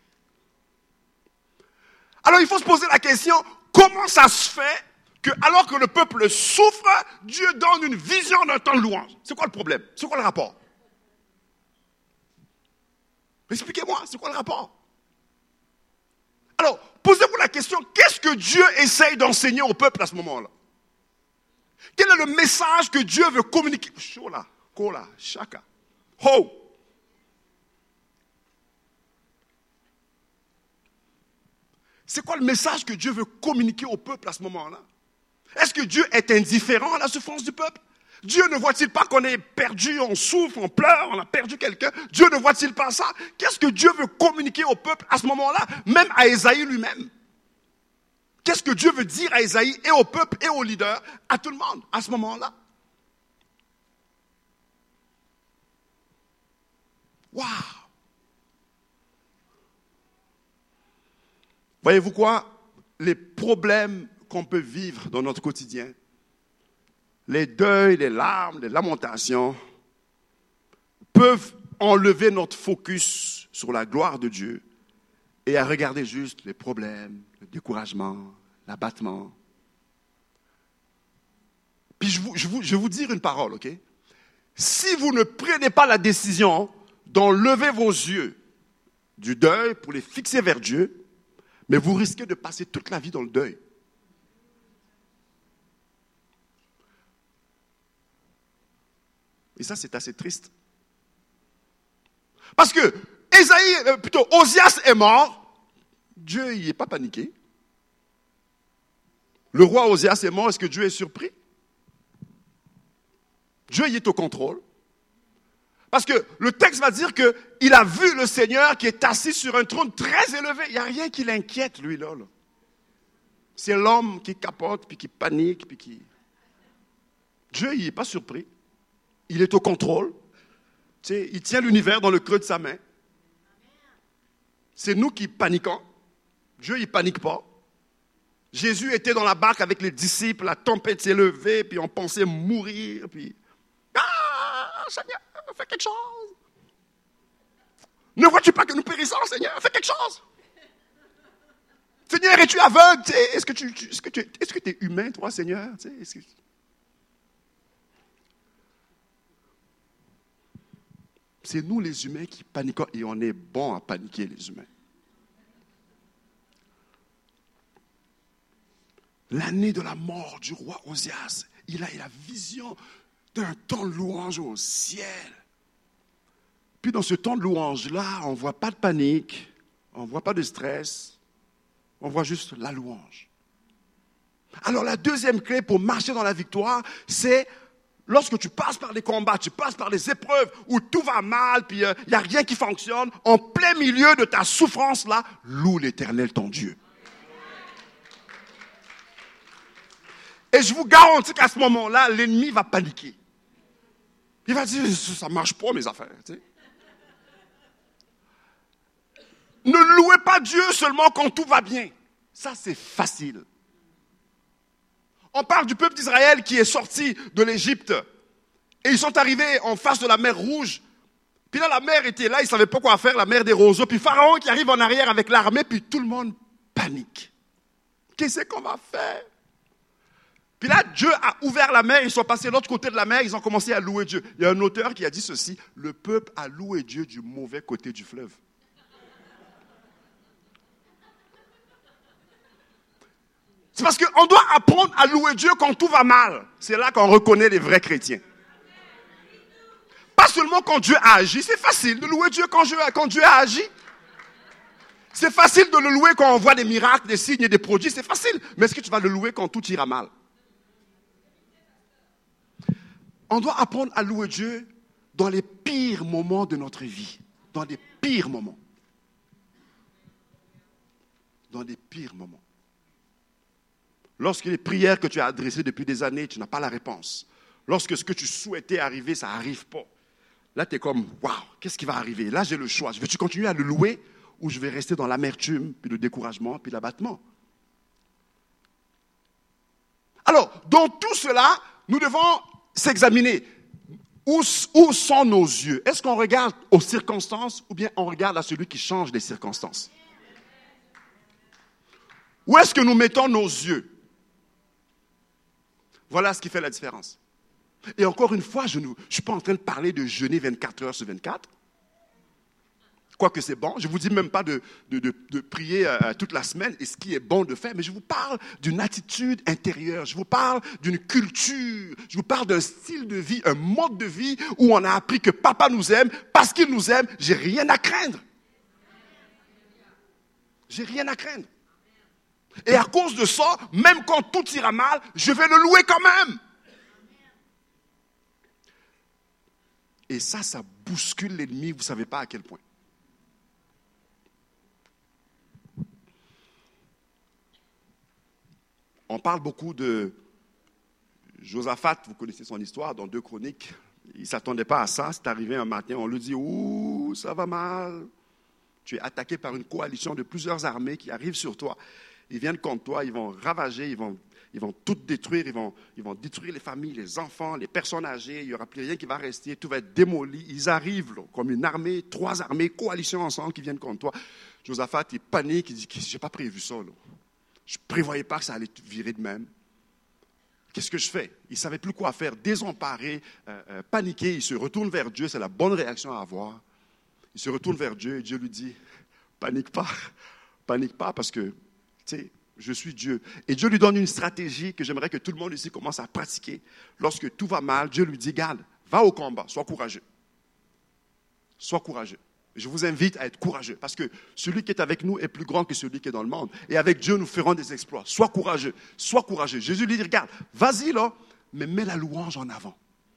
Alors, il faut se poser la question, comment ça se fait que, alors que le peuple souffre, Dieu donne une vision d'un temps de louange? C'est quoi le problème? C'est quoi le rapport? Expliquez-moi, c'est quoi le rapport? Alors, posez-vous la question, qu'est-ce que Dieu essaye d'enseigner au peuple à ce moment-là? Quel est le message que Dieu veut communiquer? Shola, kola, shaka, ho. C'est quoi le message que Dieu veut communiquer au peuple à ce moment-là? Est-ce que Dieu est indifférent à la souffrance du peuple? Dieu ne voit-il pas qu'on est perdu, on souffre, on pleure, on a perdu quelqu'un? Dieu ne voit-il pas ça? Qu'est-ce que Dieu veut communiquer au peuple à ce moment-là, même à Ésaïe lui-même? Qu'est-ce que Dieu veut dire à Ésaïe et au peuple et aux leaders, à tout le monde, à ce moment-là? Waouh! Voyez-vous quoi? Les problèmes qu'on peut vivre dans notre quotidien, les deuils, les larmes, les lamentations, peuvent enlever notre focus sur la gloire de Dieu et à regarder juste les problèmes, le découragement, l'abattement. Puis je vais vous dire une parole, ok? Si vous ne prenez pas la décision d'enlever vos yeux du deuil pour les fixer vers Dieu, mais vous risquez de passer toute la vie dans le deuil. Et ça, c'est assez triste. Parce que Osias est mort, Dieu n'y est pas paniqué. Le roi Osias est mort, est-ce que Dieu est surpris? Dieu y est au contrôle. Parce que le texte va dire qu'il a vu le Seigneur qui est assis sur un trône très élevé. Il n'y a rien qui l'inquiète, lui, là. C'est l'homme qui capote, puis qui panique, puis qui... Dieu n'y est pas surpris. Il est au contrôle. Tu sais, il tient l'univers dans le creux de sa main. C'est nous qui paniquons. Dieu, il ne panique pas. Jésus était dans la barque avec les disciples, la tempête s'est levée, puis on pensait mourir, puis... Ah, Seigneur, fais quelque chose. Ne vois-tu pas que nous périssons, Seigneur? Fais quelque chose. Seigneur, es-tu aveugle? Tu sais, est-ce que tu es humain, toi, Seigneur? Tu sais, est-ce que... C'est nous, les humains, qui paniquons, et on est bon à paniquer, les humains. L'année de la mort du roi Osias, il a eu la vision d'un temps de louange au ciel. Puis dans ce temps de louange-là, on ne voit pas de panique, on ne voit pas de stress, on voit juste la louange. Alors la deuxième clé pour marcher dans la victoire, c'est lorsque tu passes par les combats, tu passes par les épreuves où tout va mal, puis il n'y a rien qui fonctionne, en plein milieu de ta souffrance-là, loue l'Éternel ton Dieu. Et je vous garantis qu'à ce moment-là, l'ennemi va paniquer. Il va dire, ça ne marche pas mes affaires. Tu sais. Ne louez pas Dieu seulement quand tout va bien. Ça, c'est facile. On parle du peuple d'Israël qui est sorti de l'Égypte. Et ils sont arrivés en face de la mer Rouge. Puis là, la mer était là, ils ne savaient pas quoi faire, la mer des roseaux. Puis Pharaon qui arrive en arrière avec l'armée, puis tout le monde panique. Qu'est-ce qu'on va faire? Puis là, Dieu a ouvert la mer, ils sont passés de l'autre côté de la mer, ils ont commencé à louer Dieu. Il y a un auteur qui a dit ceci, le peuple a loué Dieu du mauvais côté du fleuve. C'est parce qu'on doit apprendre à louer Dieu quand tout va mal. C'est là qu'on reconnaît les vrais chrétiens. Pas seulement quand Dieu a agi, c'est facile de louer Dieu quand Dieu a agi. C'est facile de le louer quand on voit des miracles, des signes et des prodiges, c'est facile. Mais est-ce que tu vas le louer quand tout ira mal? On doit apprendre à louer Dieu dans les pires moments de notre vie. Dans les pires moments. Dans les pires moments. Lorsque les prières que tu as adressées depuis des années, tu n'as pas la réponse. Lorsque ce que tu souhaitais arriver, ça n'arrive pas. Là, tu es comme, waouh, qu'est-ce qui va arriver? Là, j'ai le choix. Veux-tu continuer à le louer ou je vais rester dans l'amertume, puis le découragement, puis l'abattement? Alors, dans tout cela, nous devons s'examiner. Où sont nos yeux? Est-ce qu'on regarde aux circonstances ou bien on regarde à celui qui change les circonstances? Où est-ce que nous mettons nos yeux? Voilà ce qui fait la différence. Et encore une fois, je ne suis pas en train de parler de jeûner 24 heures sur 24. Quoique c'est bon, je ne vous dis même pas de prier toute la semaine et ce qui est bon de faire, mais je vous parle d'une attitude intérieure, je vous parle d'une culture, je vous parle d'un style de vie, un mode de vie où on a appris que papa nous aime, parce qu'il nous aime, j'ai rien à craindre. J'ai rien à craindre. Et à cause de ça, même quand tout ira mal, je vais le louer quand même. Et ça bouscule l'ennemi, vous ne savez pas à quel point. On parle beaucoup de Josaphat, vous connaissez son histoire dans 2 Chroniques. Il ne s'attendait pas à ça. C'est arrivé un matin, on lui dit « Ouh, ça va mal. Tu es attaqué par une coalition de plusieurs armées qui arrivent sur toi. Ils viennent contre toi, ils vont ravager, ils vont tout détruire, ils vont détruire les familles, les enfants, les personnes âgées. Il n'y aura plus rien qui va rester, tout va être démoli. Ils arrivent là, comme une armée, 3 armées, coalitions ensemble qui viennent contre toi. » Josaphat, il panique, il dit « Je n'ai pas prévu ça. Là. Je ne prévoyais pas que ça allait virer de même. Qu'est-ce que je fais? » Il ne savait plus quoi faire, désemparé, paniqué. Il se retourne vers Dieu, c'est la bonne réaction à avoir. Il se retourne vers Dieu et Dieu lui dit « Panique pas parce que, tu sais, je suis Dieu. » Et Dieu lui donne une stratégie que j'aimerais que tout le monde ici commence à pratiquer. Lorsque tout va mal, Dieu lui dit « Garde, va au combat, sois courageux. Sois courageux. » Je vous invite à être courageux parce que celui qui est avec nous est plus grand que celui qui est dans le monde. Et avec Dieu, nous ferons des exploits. Sois courageux, sois courageux. Jésus lui dit « Regarde, vas-y là, mais mets la louange en avant.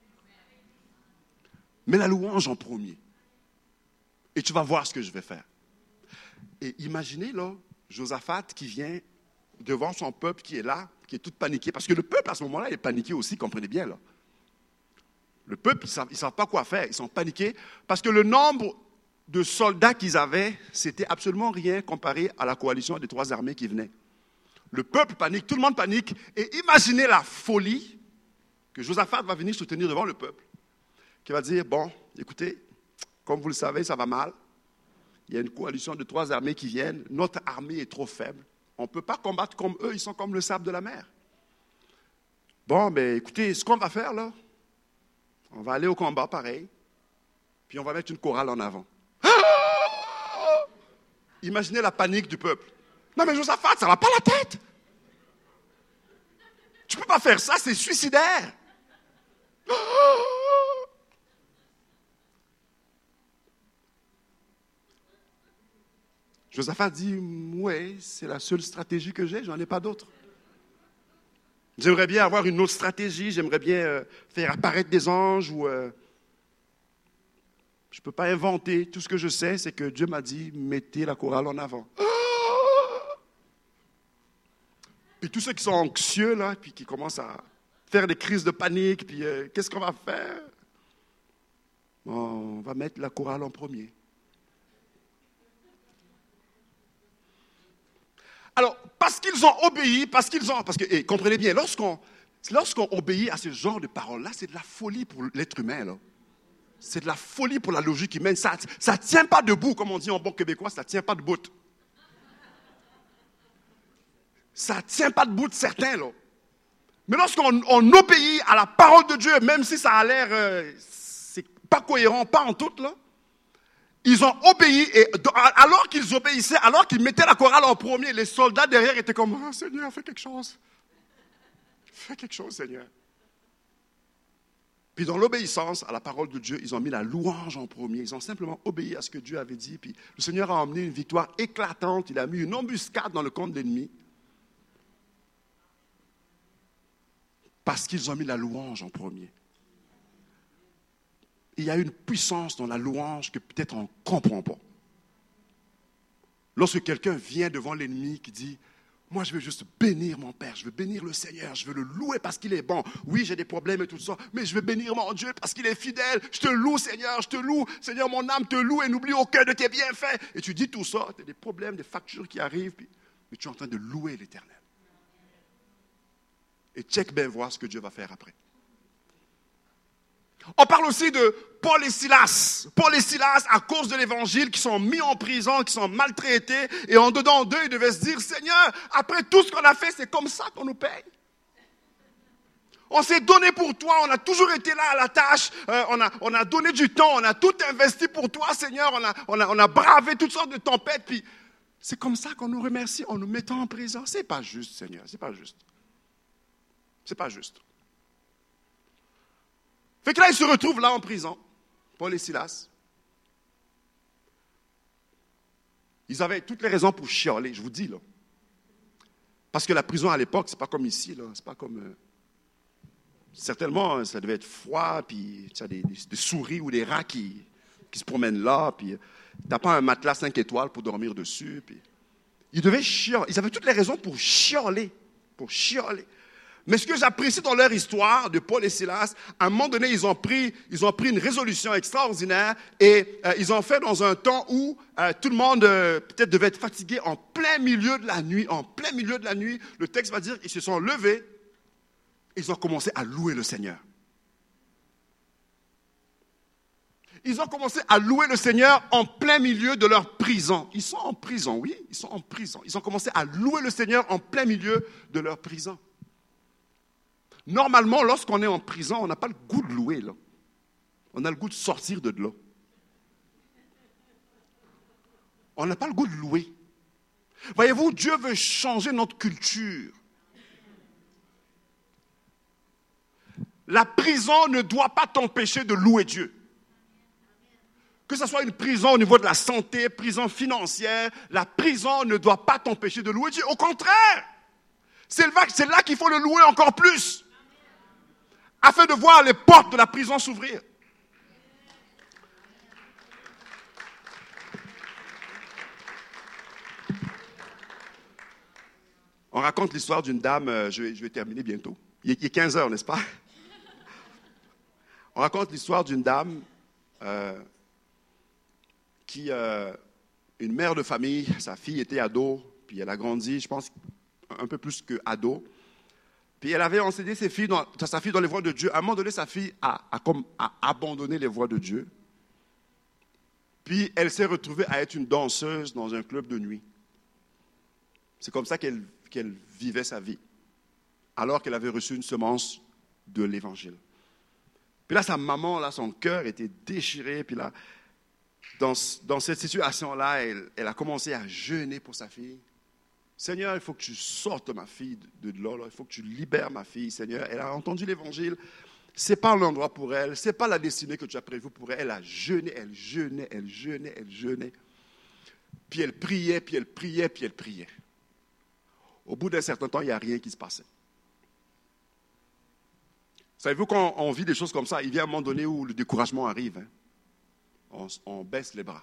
Mets la louange en premier. Et tu vas voir ce que je vais faire. » Et imaginez là, Josaphat qui vient devant son peuple qui est là, qui est tout paniqué. Parce que le peuple à ce moment-là est paniqué aussi, comprenez bien là. Le peuple, ils ne savent pas quoi faire, ils sont paniqués parce que le nombre de soldats qu'ils avaient, c'était absolument rien comparé à la coalition des 3 armées qui venaient. Le peuple panique, tout le monde panique. Et imaginez la folie que Josaphat va venir se tenir devant le peuple, qui va dire, bon, écoutez, comme vous le savez, ça va mal. Il y a une coalition de 3 armées qui viennent. Notre armée est trop faible. On ne peut pas combattre comme eux, ils sont comme le sable de la mer. Bon, mais écoutez, ce qu'on va faire là, on va aller au combat pareil, puis on va mettre une chorale en avant. Imaginez la panique du peuple. Non mais Josaphat, ça ne va pas la tête. Tu ne peux pas faire ça, c'est suicidaire. Josaphat dit, oui, c'est la seule stratégie que j'ai, j'en ai pas d'autre. J'aimerais bien avoir une autre stratégie, j'aimerais bien faire apparaître des anges ou... Je ne peux pas inventer. Tout ce que je sais, c'est que Dieu m'a dit, mettez la chorale en avant. Puis tous ceux qui sont anxieux, là, puis qui commencent à faire des crises de panique, puis qu'est-ce qu'on va faire? Bon, on va mettre la chorale en premier. Alors, parce qu'ils ont obéi, et comprenez bien, lorsqu'on obéit à ce genre de paroles-là, c'est de la folie pour l'être humain, là. C'est de la folie pour la logique humaine. Ça ne tient pas debout, comme on dit en bon québécois, ça ne tient pas debout. Ça ne tient pas debout de certains, là. Mais lorsqu'on obéit à la parole de Dieu, même si ça a l'air, c'est pas cohérent, pas en tout, là, ils ont obéi, et alors qu'ils obéissaient, alors qu'ils mettaient la chorale en premier, les soldats derrière étaient comme, « Oh, Seigneur, fais quelque chose. Fais quelque chose, Seigneur. » Puis dans l'obéissance à la parole de Dieu, ils ont mis la louange en premier. Ils ont simplement obéi à ce que Dieu avait dit. Puis le Seigneur a emmené une victoire éclatante. Il a mis une embuscade dans le camp de l'ennemi. Parce qu'ils ont mis la louange en premier. Il y a une puissance dans la louange que peut-être on ne comprend pas. Lorsque quelqu'un vient devant l'ennemi qui dit, moi, je veux juste bénir mon Père, je veux bénir le Seigneur, je veux le louer parce qu'il est bon. Oui, j'ai des problèmes et tout ça, mais je veux bénir mon Dieu parce qu'il est fidèle. Je te loue, Seigneur, je te loue. Seigneur, mon âme te loue et n'oublie aucun de tes bienfaits. Et tu dis tout ça, tu as des problèmes, des factures qui arrivent, mais tu es en train de louer l'Éternel. Et check bien voir ce que Dieu va faire après. On parle aussi de Paul et Silas. Paul et Silas, à cause de l'Évangile, qui sont mis en prison, qui sont maltraités. Et en dedans d'eux, ils devaient se dire, Seigneur, après tout ce qu'on a fait, c'est comme ça qu'on nous paye. On s'est donné pour toi, on a toujours été là à la tâche, on a donné du temps, on a tout investi pour toi, Seigneur, on a bravé toutes sortes de tempêtes. Puis c'est comme ça qu'on nous remercie en nous mettant en prison. C'est pas juste, Seigneur, c'est pas juste. C'est pas juste. Fait que là, ils se retrouvent là en prison, Paul et Silas. Ils avaient toutes les raisons pour chialer, je vous dis, là. Parce que la prison à l'époque, c'est pas comme ici, là. C'est pas comme... certainement, ça devait être froid, puis tu as des souris ou des rats qui se promènent là, puis t'as pas un matelas 5 étoiles pour dormir dessus, puis... Ils devaient chialer. Ils avaient toutes les raisons pour chialer. pour chialer. Mais ce que j'apprécie dans leur histoire de Paul et Silas, à un moment donné, ils ont pris une résolution extraordinaire et ils ont fait dans un temps où tout le monde peut-être devait être fatigué en plein milieu de la nuit. En plein milieu de la nuit, le texte va dire qu'ils se sont levés, ils ont commencé à louer le Seigneur. Ils ont commencé à louer le Seigneur en plein milieu de leur prison. Ils sont en prison, oui, ils sont en prison. Ils ont commencé à louer le Seigneur en plein milieu de leur prison. Normalement, lorsqu'on est en prison, on n'a pas le goût de louer, là. On a le goût de sortir de là. On n'a pas le goût de louer. Voyez-vous, Dieu veut changer notre culture. La prison ne doit pas t'empêcher de louer Dieu. Que ce soit une prison au niveau de la santé, prison financière, la prison ne doit pas t'empêcher de louer Dieu. Au contraire, c'est là qu'il faut le louer encore plus. Afin de voir les portes de la prison s'ouvrir. On raconte l'histoire d'une dame, je vais terminer bientôt. Il est 15 heures, n'est-ce pas? On raconte l'histoire d'une dame qui, une mère de famille, sa fille était ado, puis elle a grandi, je pense, un peu plus qu'ado. Puis elle avait enseigné sa fille dans les voies de Dieu. À un moment donné, sa fille a abandonné les voies de Dieu. Puis elle s'est retrouvée à être une danseuse dans un club de nuit. C'est comme ça qu'elle vivait sa vie, alors qu'elle avait reçu une semence de l'Évangile. Puis là, sa maman, là, son cœur était déchiré. Puis là, dans cette situation-là, elle a commencé à jeûner pour sa fille. Seigneur, il faut que tu sortes ma fille de là, il faut que tu libères ma fille, Seigneur. Elle a entendu l'Évangile. Ce n'est pas l'endroit pour elle, ce n'est pas la destinée que tu as prévue pour elle. Elle a jeûné, elle jeûnait, elle jeûnait, elle jeûnait. Puis elle priait, puis elle priait, puis elle priait. Au bout d'un certain temps, il n'y a rien qui se passait. Savez-vous, quand on vit des choses comme ça, il vient un moment donné où le découragement arrive. Hein? On baisse les bras.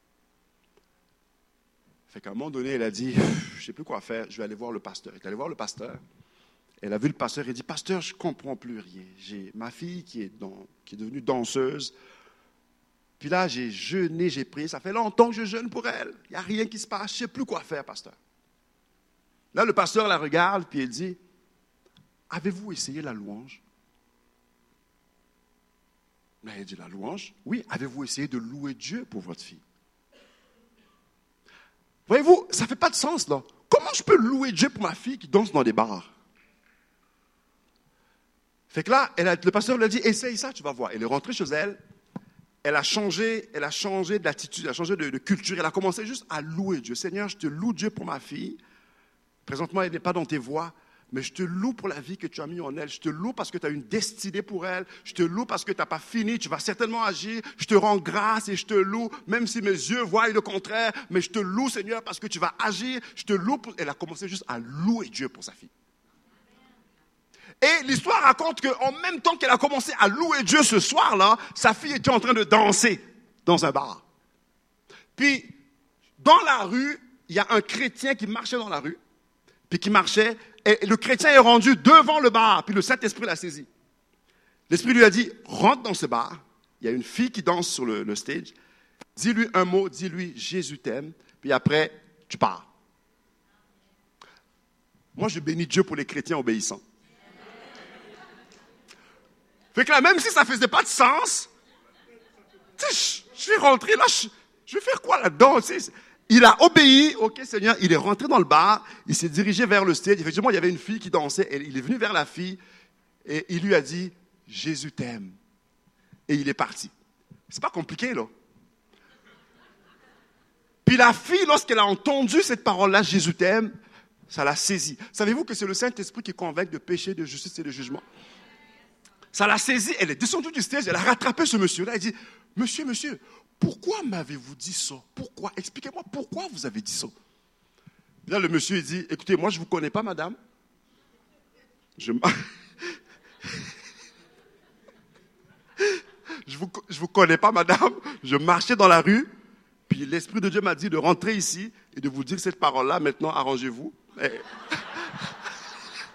Fait qu'à un moment donné, elle a dit, je ne sais plus quoi faire, je vais aller voir le pasteur. Elle est allée voir le pasteur. Elle a vu le pasteur et dit, pasteur, je ne comprends plus rien. J'ai ma fille qui est devenue danseuse. Puis là, j'ai jeûné, j'ai prié. Ça fait longtemps que je jeûne pour elle. Il n'y a rien qui se passe. Je ne sais plus quoi faire, pasteur. Là, le pasteur la regarde, puis il dit, avez-vous essayé la louange? Mais elle dit, la louange? Oui, avez-vous essayé de louer Dieu pour votre fille? Voyez-vous, ça ne fait pas de sens, là. Comment je peux louer Dieu pour ma fille qui danse dans des bars? Fait que là, le pasteur lui a dit, essaye ça, tu vas voir. Elle est rentrée chez elle, elle a changé d'attitude, elle a changé de culture, elle a commencé juste à louer Dieu. Seigneur, je te loue Dieu pour ma fille. Présentement, elle n'est pas dans tes voies, mais je te loue pour la vie que tu as mis en elle. Je te loue parce que tu as une destinée pour elle. Je te loue parce que tu n'as pas fini. Tu vas certainement agir. Je te rends grâce et je te loue, même si mes yeux voient le contraire. Mais je te loue, Seigneur, parce que tu vas agir. Je te loue. Elle a commencé juste à louer Dieu pour sa fille. Et l'histoire raconte qu'en même temps qu'elle a commencé à louer Dieu ce soir-là, sa fille était en train de danser dans un bar. Puis, dans la rue, il y a un chrétien qui marchait dans la rue. Puis qui marchait, et le chrétien est rendu devant le bar, puis le Saint-Esprit l'a saisi. L'Esprit lui a dit, rentre dans ce bar, il y a une fille qui danse sur le stage, dis-lui un mot, dis-lui, Jésus t'aime, puis après, tu pars. Moi, je bénis Dieu pour les chrétiens obéissants. Fait que là, même si ça ne faisait pas de sens, je suis rentré là, je vais faire quoi là-dedans, tu sais? Il a obéi, ok Seigneur, il est rentré dans le bar, il s'est dirigé vers le stage. Effectivement, il y avait une fille qui dansait, il est venu vers la fille et il lui a dit, Jésus t'aime. Et il est parti. C'est pas compliqué, là. Puis la fille, lorsqu'elle a entendu cette parole-là, Jésus t'aime, ça l'a saisie. Savez-vous que c'est le Saint-Esprit qui convainc de péché, de justice et de jugement? Ça l'a saisie, elle est descendue du stage, elle a rattrapé ce monsieur-là, elle dit, monsieur, pourquoi m'avez-vous dit ça? Pourquoi? Expliquez-moi pourquoi vous avez dit ça. Là, le monsieur il dit, écoutez, moi je ne vous connais pas, madame. Je vous connais pas, madame. Je marchais dans la rue, puis l'Esprit de Dieu m'a dit de rentrer ici et de vous dire cette parole-là. Maintenant, arrangez-vous.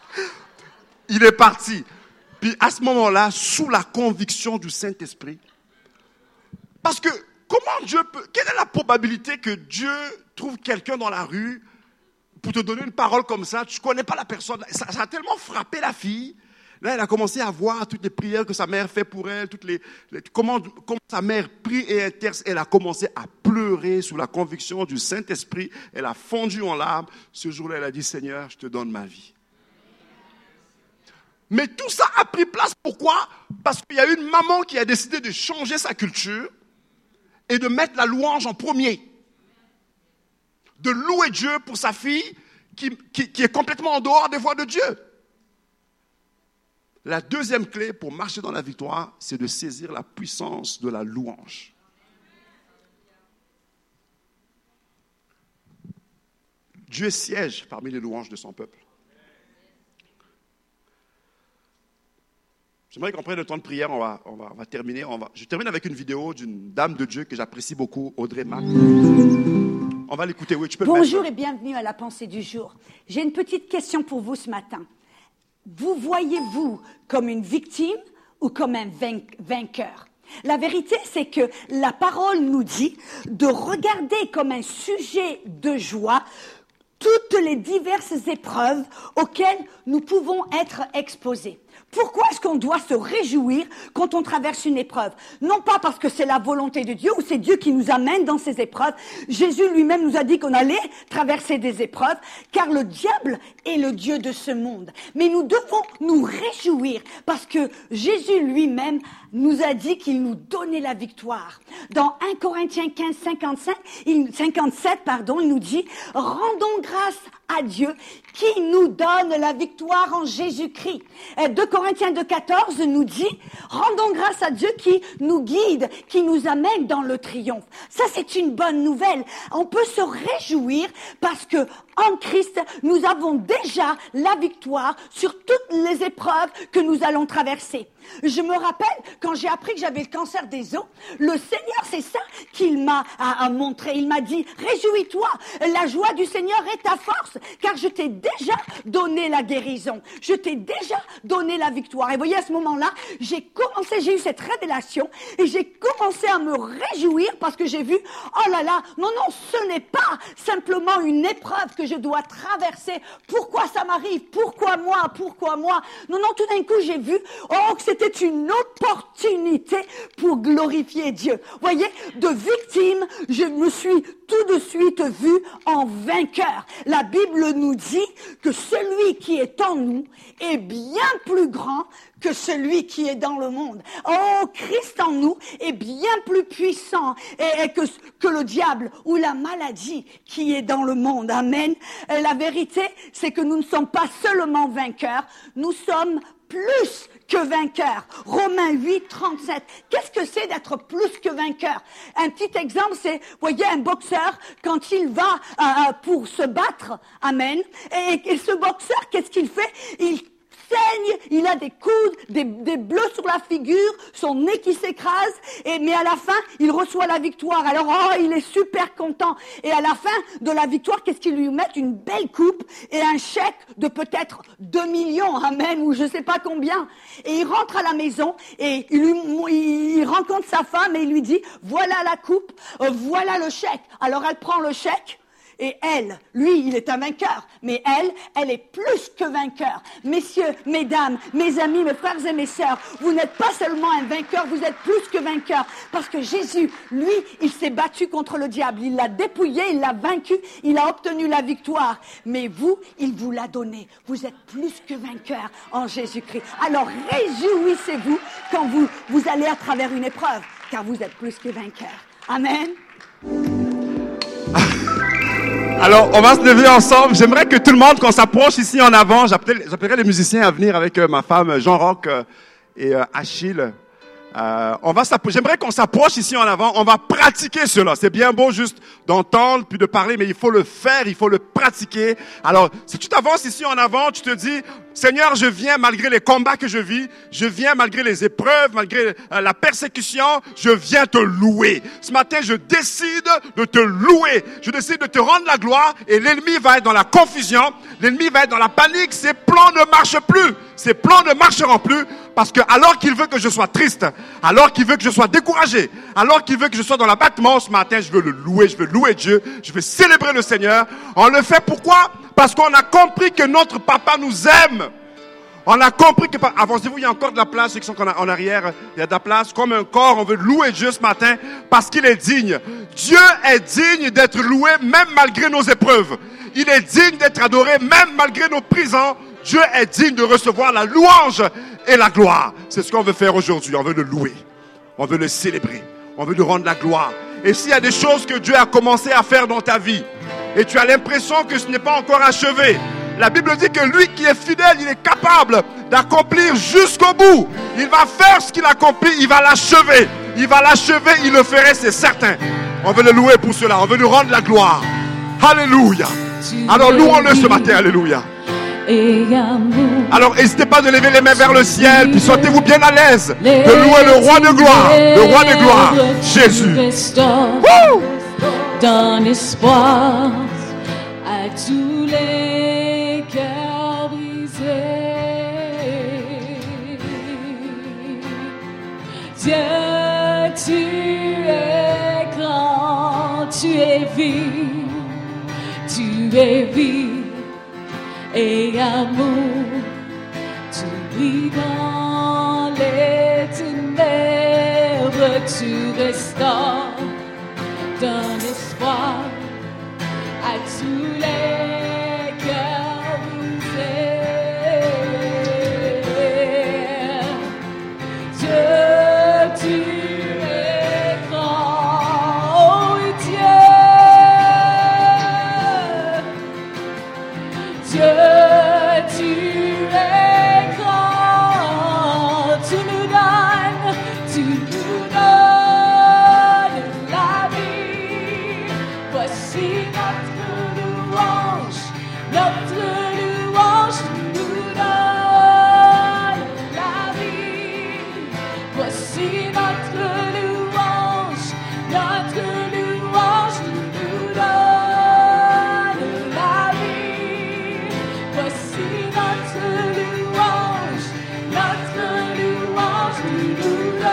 Il est parti. Puis à ce moment-là, sous la conviction du Saint-Esprit, parce que comment Dieu peut... Quelle est la probabilité que Dieu trouve quelqu'un dans la rue pour te donner une parole comme ça? Tu ne connais pas la personne. Ça a tellement frappé la fille. Là, elle a commencé à voir toutes les prières que sa mère fait pour elle, comment sa mère prie et intercède. Elle a commencé à pleurer sous la conviction du Saint-Esprit. Elle a fondu en larmes. Ce jour-là, elle a dit, Seigneur, je te donne ma vie. Mais tout ça a pris place. Pourquoi? Parce qu'il y a une maman qui a décidé de changer sa culture et de mettre la louange en premier. De louer Dieu pour sa fille qui est complètement en dehors des voies de Dieu. La deuxième clé pour marcher dans la victoire, c'est de saisir la puissance de la louange. Dieu siège parmi les louanges de son peuple. J'aimerais qu'on prenne le temps de prière, on va terminer. Je termine avec une vidéo d'une dame de Dieu que j'apprécie beaucoup, Audrey Mack. On va l'écouter, oui, tu peux le mettre. Bonjour et bienvenue à la pensée du jour. J'ai une petite question pour vous ce matin. Vous voyez-vous comme une victime ou comme un vainqueur? La vérité, c'est que la parole nous dit de regarder comme un sujet de joie toutes les diverses épreuves auxquelles nous pouvons être exposés. Pourquoi est-ce qu'on doit se réjouir quand on traverse une épreuve? Non pas parce que c'est la volonté de Dieu ou c'est Dieu qui nous amène dans ces épreuves. Jésus lui-même nous a dit qu'on allait traverser des épreuves, car le diable est le Dieu de ce monde. Mais nous devons nous réjouir parce que Jésus lui-même nous a dit qu'il nous donnait la victoire. Dans 1 Corinthiens 15, 57, il nous dit « Rendons grâce à Dieu qui nous donne la victoire en Jésus-Christ. » 2 Corinthiens 2,14 nous dit « Rendons grâce à Dieu qui nous guide, qui nous amène dans le triomphe. » Ça, c'est une bonne nouvelle. On peut se réjouir parce que en Christ, nous avons déjà la victoire sur toutes les épreuves que nous allons traverser. Je me rappelle, quand j'ai appris que j'avais le cancer des os, le Seigneur, c'est ça qu'il m'a montré. Il m'a dit, réjouis-toi, la joie du Seigneur est ta force, car je t'ai déjà donné la guérison. Je t'ai déjà donné la victoire. Et vous voyez, à ce moment-là, j'ai eu cette révélation et j'ai commencé à me réjouir parce que j'ai vu, oh là là, non, ce n'est pas simplement une épreuve que je dois traverser. Pourquoi ça m'arrive? Pourquoi moi? Non, tout d'un coup, j'ai vu, que c'était une opportunité pour glorifier Dieu. Voyez, de victime, je me suis tout de suite vu en vainqueur. La Bible nous dit que celui qui est en nous est bien plus grand que celui qui est dans le monde. Oh, Christ en nous est bien plus puissant que le diable ou la maladie qui est dans le monde. Amen. La vérité, c'est que nous ne sommes pas seulement vainqueurs, nous sommes plus que vainqueur. Romains 8, 37. Qu'est-ce que c'est d'être plus que vainqueur? Un petit exemple, c'est, voyez, un boxeur, quand il va pour se battre, amen, et ce boxeur, qu'est-ce qu'il fait? Il saigne, il a des coudes, des bleus sur la figure, son nez qui s'écrase, mais à la fin, il reçoit la victoire. Alors, il est super content. Et à la fin de la victoire, qu'est-ce qu'ils lui mettent? Une belle coupe et un chèque de peut-être 2 millions, amen, ou je sais pas combien. Et il rentre à la maison et il rencontre sa femme et il lui dit, voilà la coupe, voilà le chèque. Alors, elle prend le chèque. Et lui, il est un vainqueur, mais elle est plus que vainqueur. Messieurs, mesdames, mes amis, mes frères et mes sœurs, vous n'êtes pas seulement un vainqueur, vous êtes plus que vainqueur. Parce que Jésus, lui, il s'est battu contre le diable. Il l'a dépouillé, il l'a vaincu, il a obtenu la victoire. Mais vous, il vous l'a donné. Vous êtes plus que vainqueur en Jésus-Christ. Alors réjouissez-vous quand vous allez à travers une épreuve, car vous êtes plus que vainqueur. Amen. Alors, on va se lever ensemble. J'aimerais que tout le monde, qu'on s'approche ici en avant, j'appellerai les musiciens à venir avec ma femme Jean-Roch et Achille. J'aimerais qu'on s'approche ici en avant. On va pratiquer cela. C'est bien beau juste d'entendre puis de parler, mais il faut le faire, il faut le pratiquer. Alors, si tu t'avances ici en avant, tu te dis, Seigneur, je viens malgré les combats que je vis, je viens malgré les épreuves, malgré la persécution, je viens te louer. Ce matin, je décide de te louer, je décide de te rendre la gloire et l'ennemi va être dans la confusion, l'ennemi va être dans la panique, ses plans ne marchent plus, ses plans ne marcheront plus parce que alors qu'il veut que je sois triste, alors qu'il veut que je sois découragé, alors qu'il veut que je sois dans l'abattement, ce matin, je veux le louer, je veux louer Dieu, je veux célébrer le Seigneur. On le fait pourquoi? Parce qu'on a compris que notre papa nous aime. On a compris que... Avancez-vous, il y a encore de la place, ceux qui sont en arrière, il y a de la place. Comme un corps, on veut louer Dieu ce matin parce qu'il est digne. Dieu est digne d'être loué même malgré nos épreuves. Il est digne d'être adoré même malgré nos prisons. Dieu est digne de recevoir la louange et la gloire. C'est ce qu'on veut faire aujourd'hui. On veut le louer. On veut le célébrer. On veut lui rendre la gloire. Et s'il y a des choses que Dieu a commencé à faire dans ta vie, et tu as l'impression que ce n'est pas encore achevé, la Bible dit que lui qui est fidèle, il est capable d'accomplir jusqu'au bout. Il va faire ce qu'il accomplit, il va l'achever. Il va l'achever, il le ferait, c'est certain. On veut le louer pour cela, on veut lui rendre la gloire. Alléluia. Alors louons-le ce matin, alléluia. Alors n'hésitez pas de lever les mains vers le ciel, puis sentez-vous bien à l'aise de louer le roi de gloire, le roi de gloire, Jésus. Woo! D'un espoir à tous les cœurs brisés. Dieu, tu es grand, tu es vie et amour. Tu brilles dans les ténèbres, tu restaures d'un espoir à tous les cœurs brisés. Dieu, tu es grand, oh Dieu, tu es grand, tu nous donnes la vie. Voici notre louange, tu nous donnes la vie. Voici notre louange, tu nous donnes la vie. Voici notre louange, tu nous donnes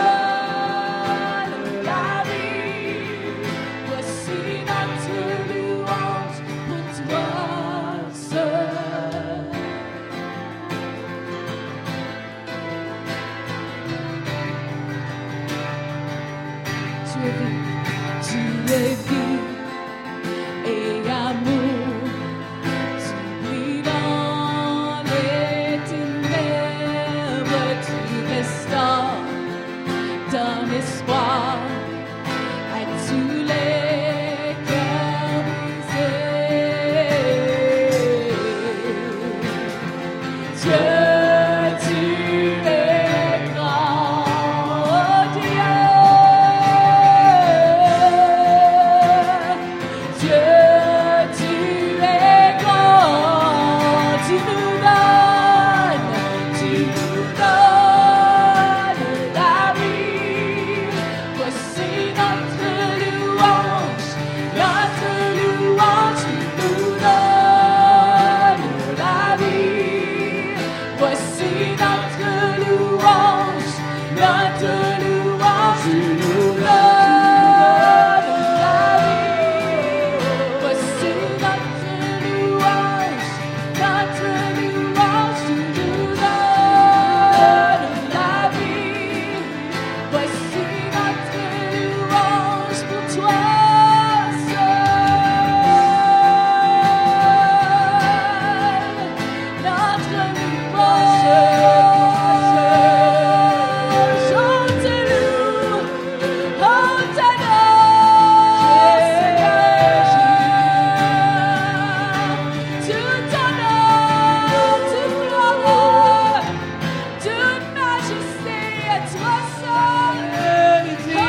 la vie. Voici notre louange pour toi seul. Tu es vie et amour. Tu brilles dans les ténèbres, tu restaures d'un espoir à tous les cœurs brisés. Dieu, tu es grand, oh Dieu. Dieu, tu es grand, tu nous donnes la vie. Voici notre louange, tu nous donnes la vie. Voici notre louange, tu nous donnes la vie. Voici notre louange, tu nous donnes la vie. Voici notre louange pour toi seul. Notre louange, je te loue, on t'adore, tout honneur, toute gloire, toute majesté à toi seul,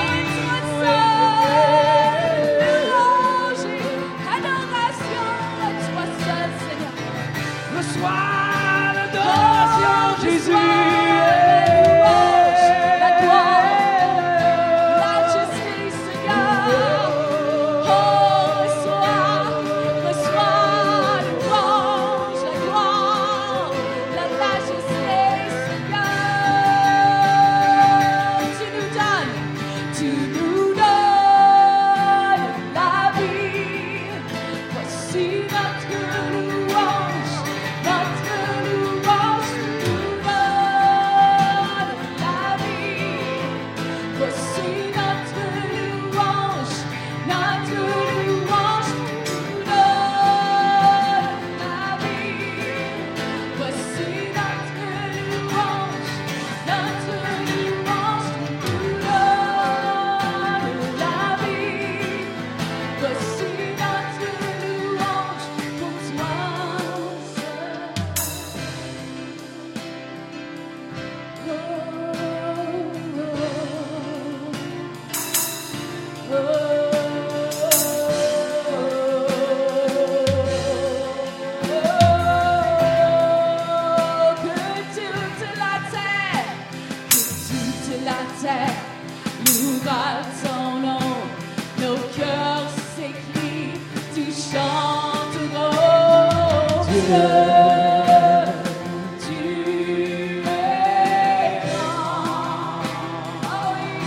louange et adoration à toi seul, Seigneur. Reçois l'adore. Seigneur Jésus. La gloire, la justice, Seigneur. Oh, reçois louange, la gloire, la majesté, Seigneur. Tu nous donnes la vie. Voici notre louange, notre louange. Tu nous donnes la vie. Voici notre louange, notre louange. Tu nous donnes la vie. Voici notre louange, notre louange. Tu nous donnes la vie. Voici notre louange pour toi toute la terre louera ton nom, nos cœurs s'écrient, tu chanterons Dieu. Tu es grand, oh oui.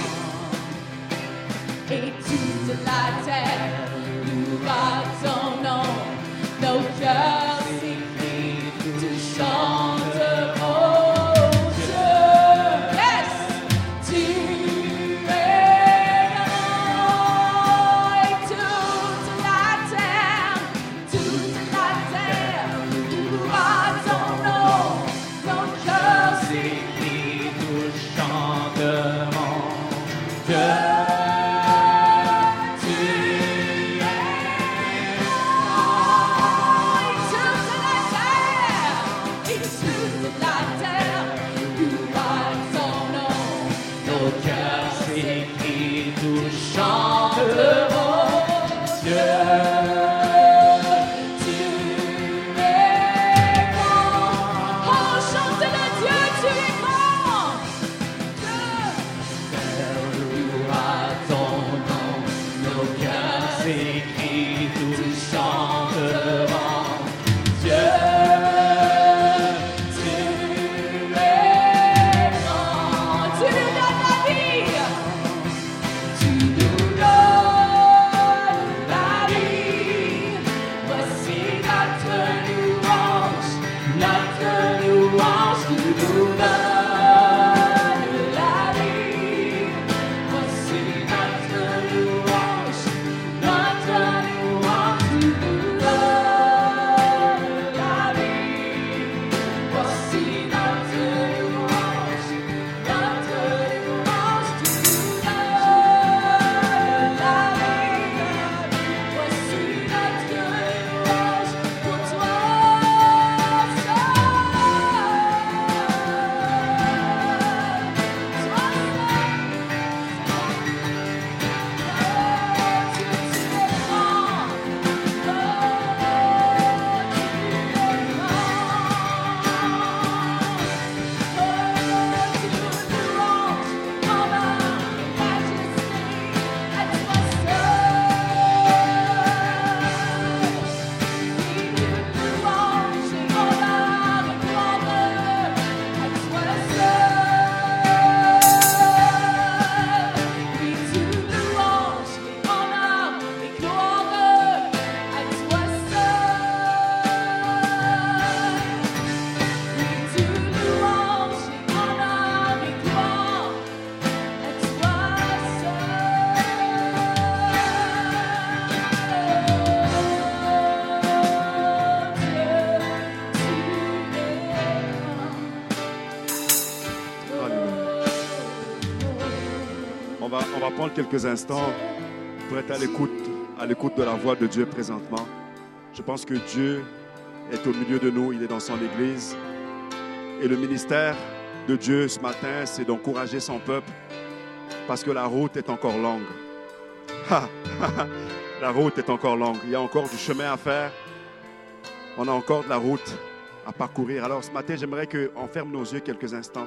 Et toute la terre louera ton nom, nos cœurs s'écrient, tu chanterons Dieu. Yes, tu es grand. Et toute la terre louera ton nom, nos cœurs s'écrient, nous chanterons Dieu. On va prendre quelques instants pour être à l'écoute de la voix de Dieu présentement. Je pense que Dieu est au milieu de nous, il est dans son Église. Et le ministère de Dieu ce matin, c'est d'encourager son peuple parce que la route est encore longue. La route est encore longue. Il y a encore du chemin à faire. On a encore de la route à parcourir. Alors ce matin, j'aimerais qu'on ferme nos yeux quelques instants.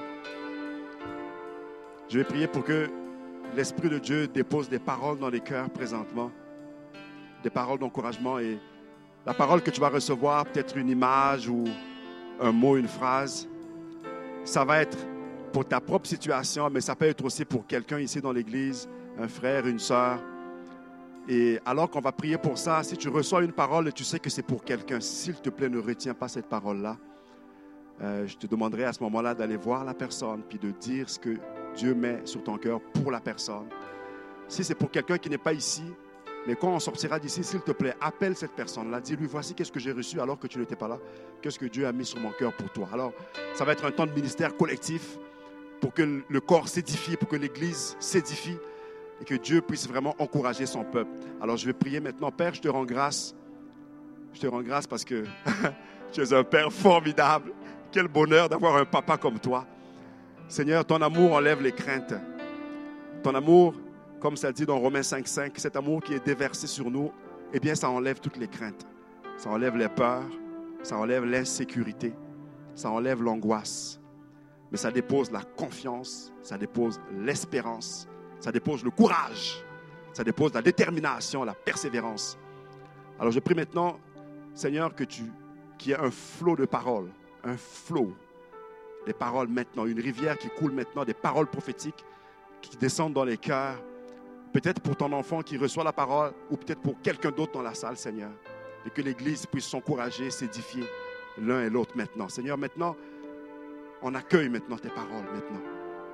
Je vais prier pour que l'Esprit de Dieu dépose des paroles dans les cœurs présentement, des paroles d'encouragement, et la parole que tu vas recevoir, peut-être une image ou un mot, une phrase, ça va être pour ta propre situation, mais ça peut être aussi pour quelqu'un ici dans l'Église, un frère, une sœur. Et alors qu'on va prier pour ça, si tu reçois une parole et tu sais que c'est pour quelqu'un, s'il te plaît, ne retiens pas cette parole-là. Je te demanderai à ce moment-là d'aller voir la personne puis de dire ce que Dieu met sur ton cœur pour la personne. Si c'est pour quelqu'un qui n'est pas ici, mais quand on sortira d'ici, s'il te plaît, appelle cette personne-là. Dis-lui, voici qu'est-ce que j'ai reçu alors que tu n'étais pas là. Qu'est-ce que Dieu a mis sur mon cœur pour toi. Alors, ça va être un temps de ministère collectif pour que le corps s'édifie, pour que l'Église s'édifie et que Dieu puisse vraiment encourager son peuple. Alors, je vais prier maintenant. Père, je te rends grâce. Je te rends grâce parce que tu es un Père formidable. Quel bonheur d'avoir un papa comme toi. Seigneur, ton amour enlève les craintes. Ton amour, comme ça dit dans Romains 5,5, cet amour qui est déversé sur nous, eh bien, ça enlève toutes les craintes. Ça enlève les peurs, ça enlève l'insécurité, ça enlève l'angoisse. Mais ça dépose la confiance, ça dépose l'espérance, ça dépose le courage, ça dépose la détermination, la persévérance. Alors, je prie maintenant, Seigneur, qu'il y ait un flot de paroles, un flot des paroles maintenant, une rivière qui coule maintenant, des paroles prophétiques qui descendent dans les cœurs, peut-être pour ton enfant qui reçoit la parole ou peut-être pour quelqu'un d'autre dans la salle, Seigneur, et que l'Église puisse s'encourager, s'édifier l'un et l'autre maintenant. Seigneur, maintenant, on accueille maintenant tes paroles maintenant.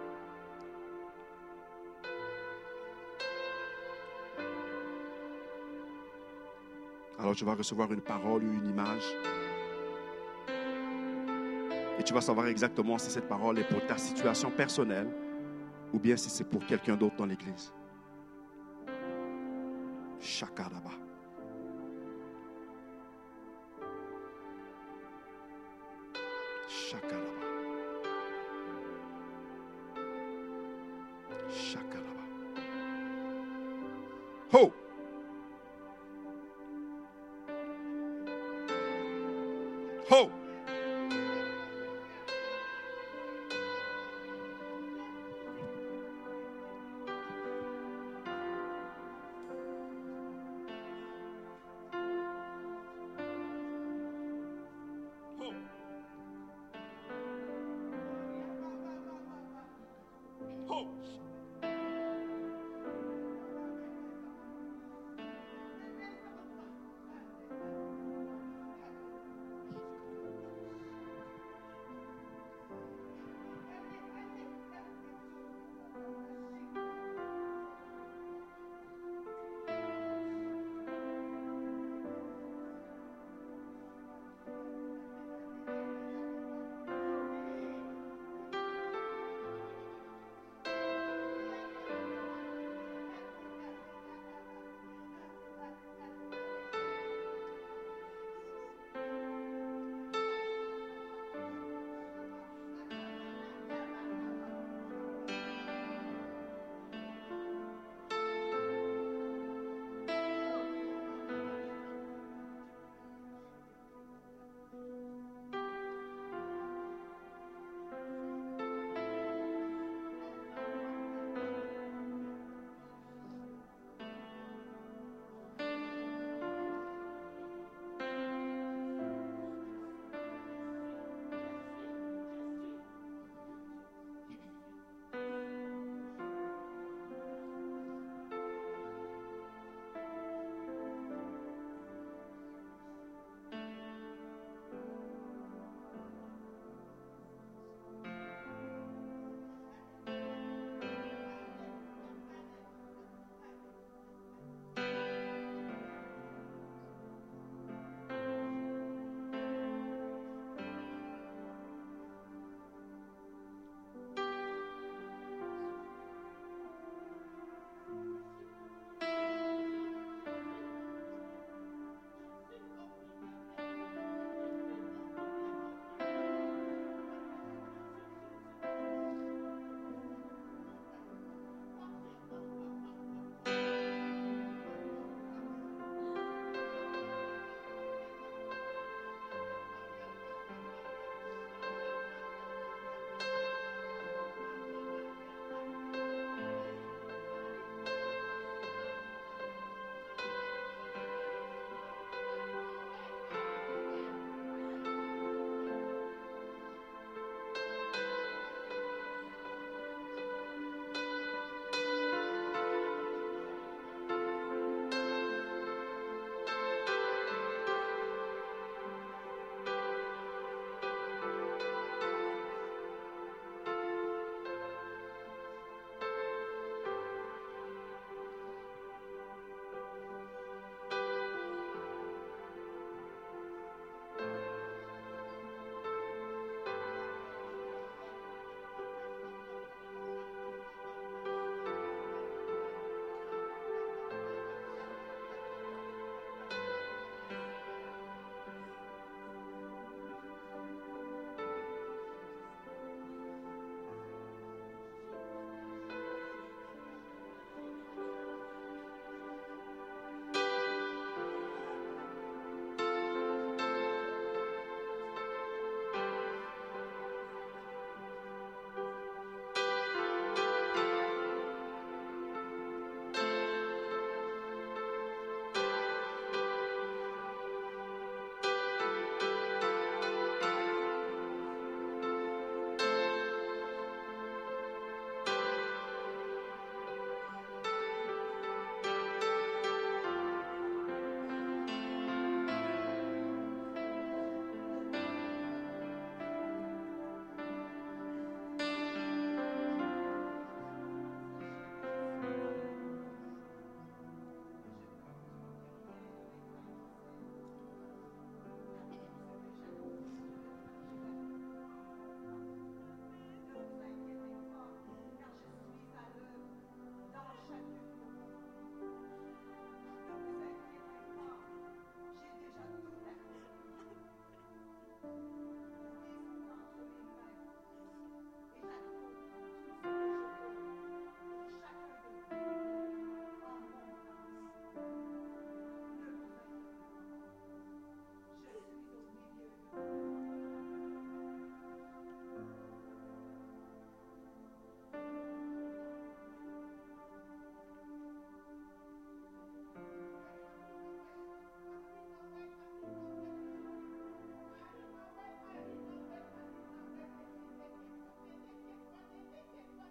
Alors tu vas recevoir une parole ou une image. Et tu vas savoir exactement si cette parole est pour ta situation personnelle ou bien si c'est pour quelqu'un d'autre dans l'Église. Shakaraba. Shakaraba. Shakaraba. Ho! Ho!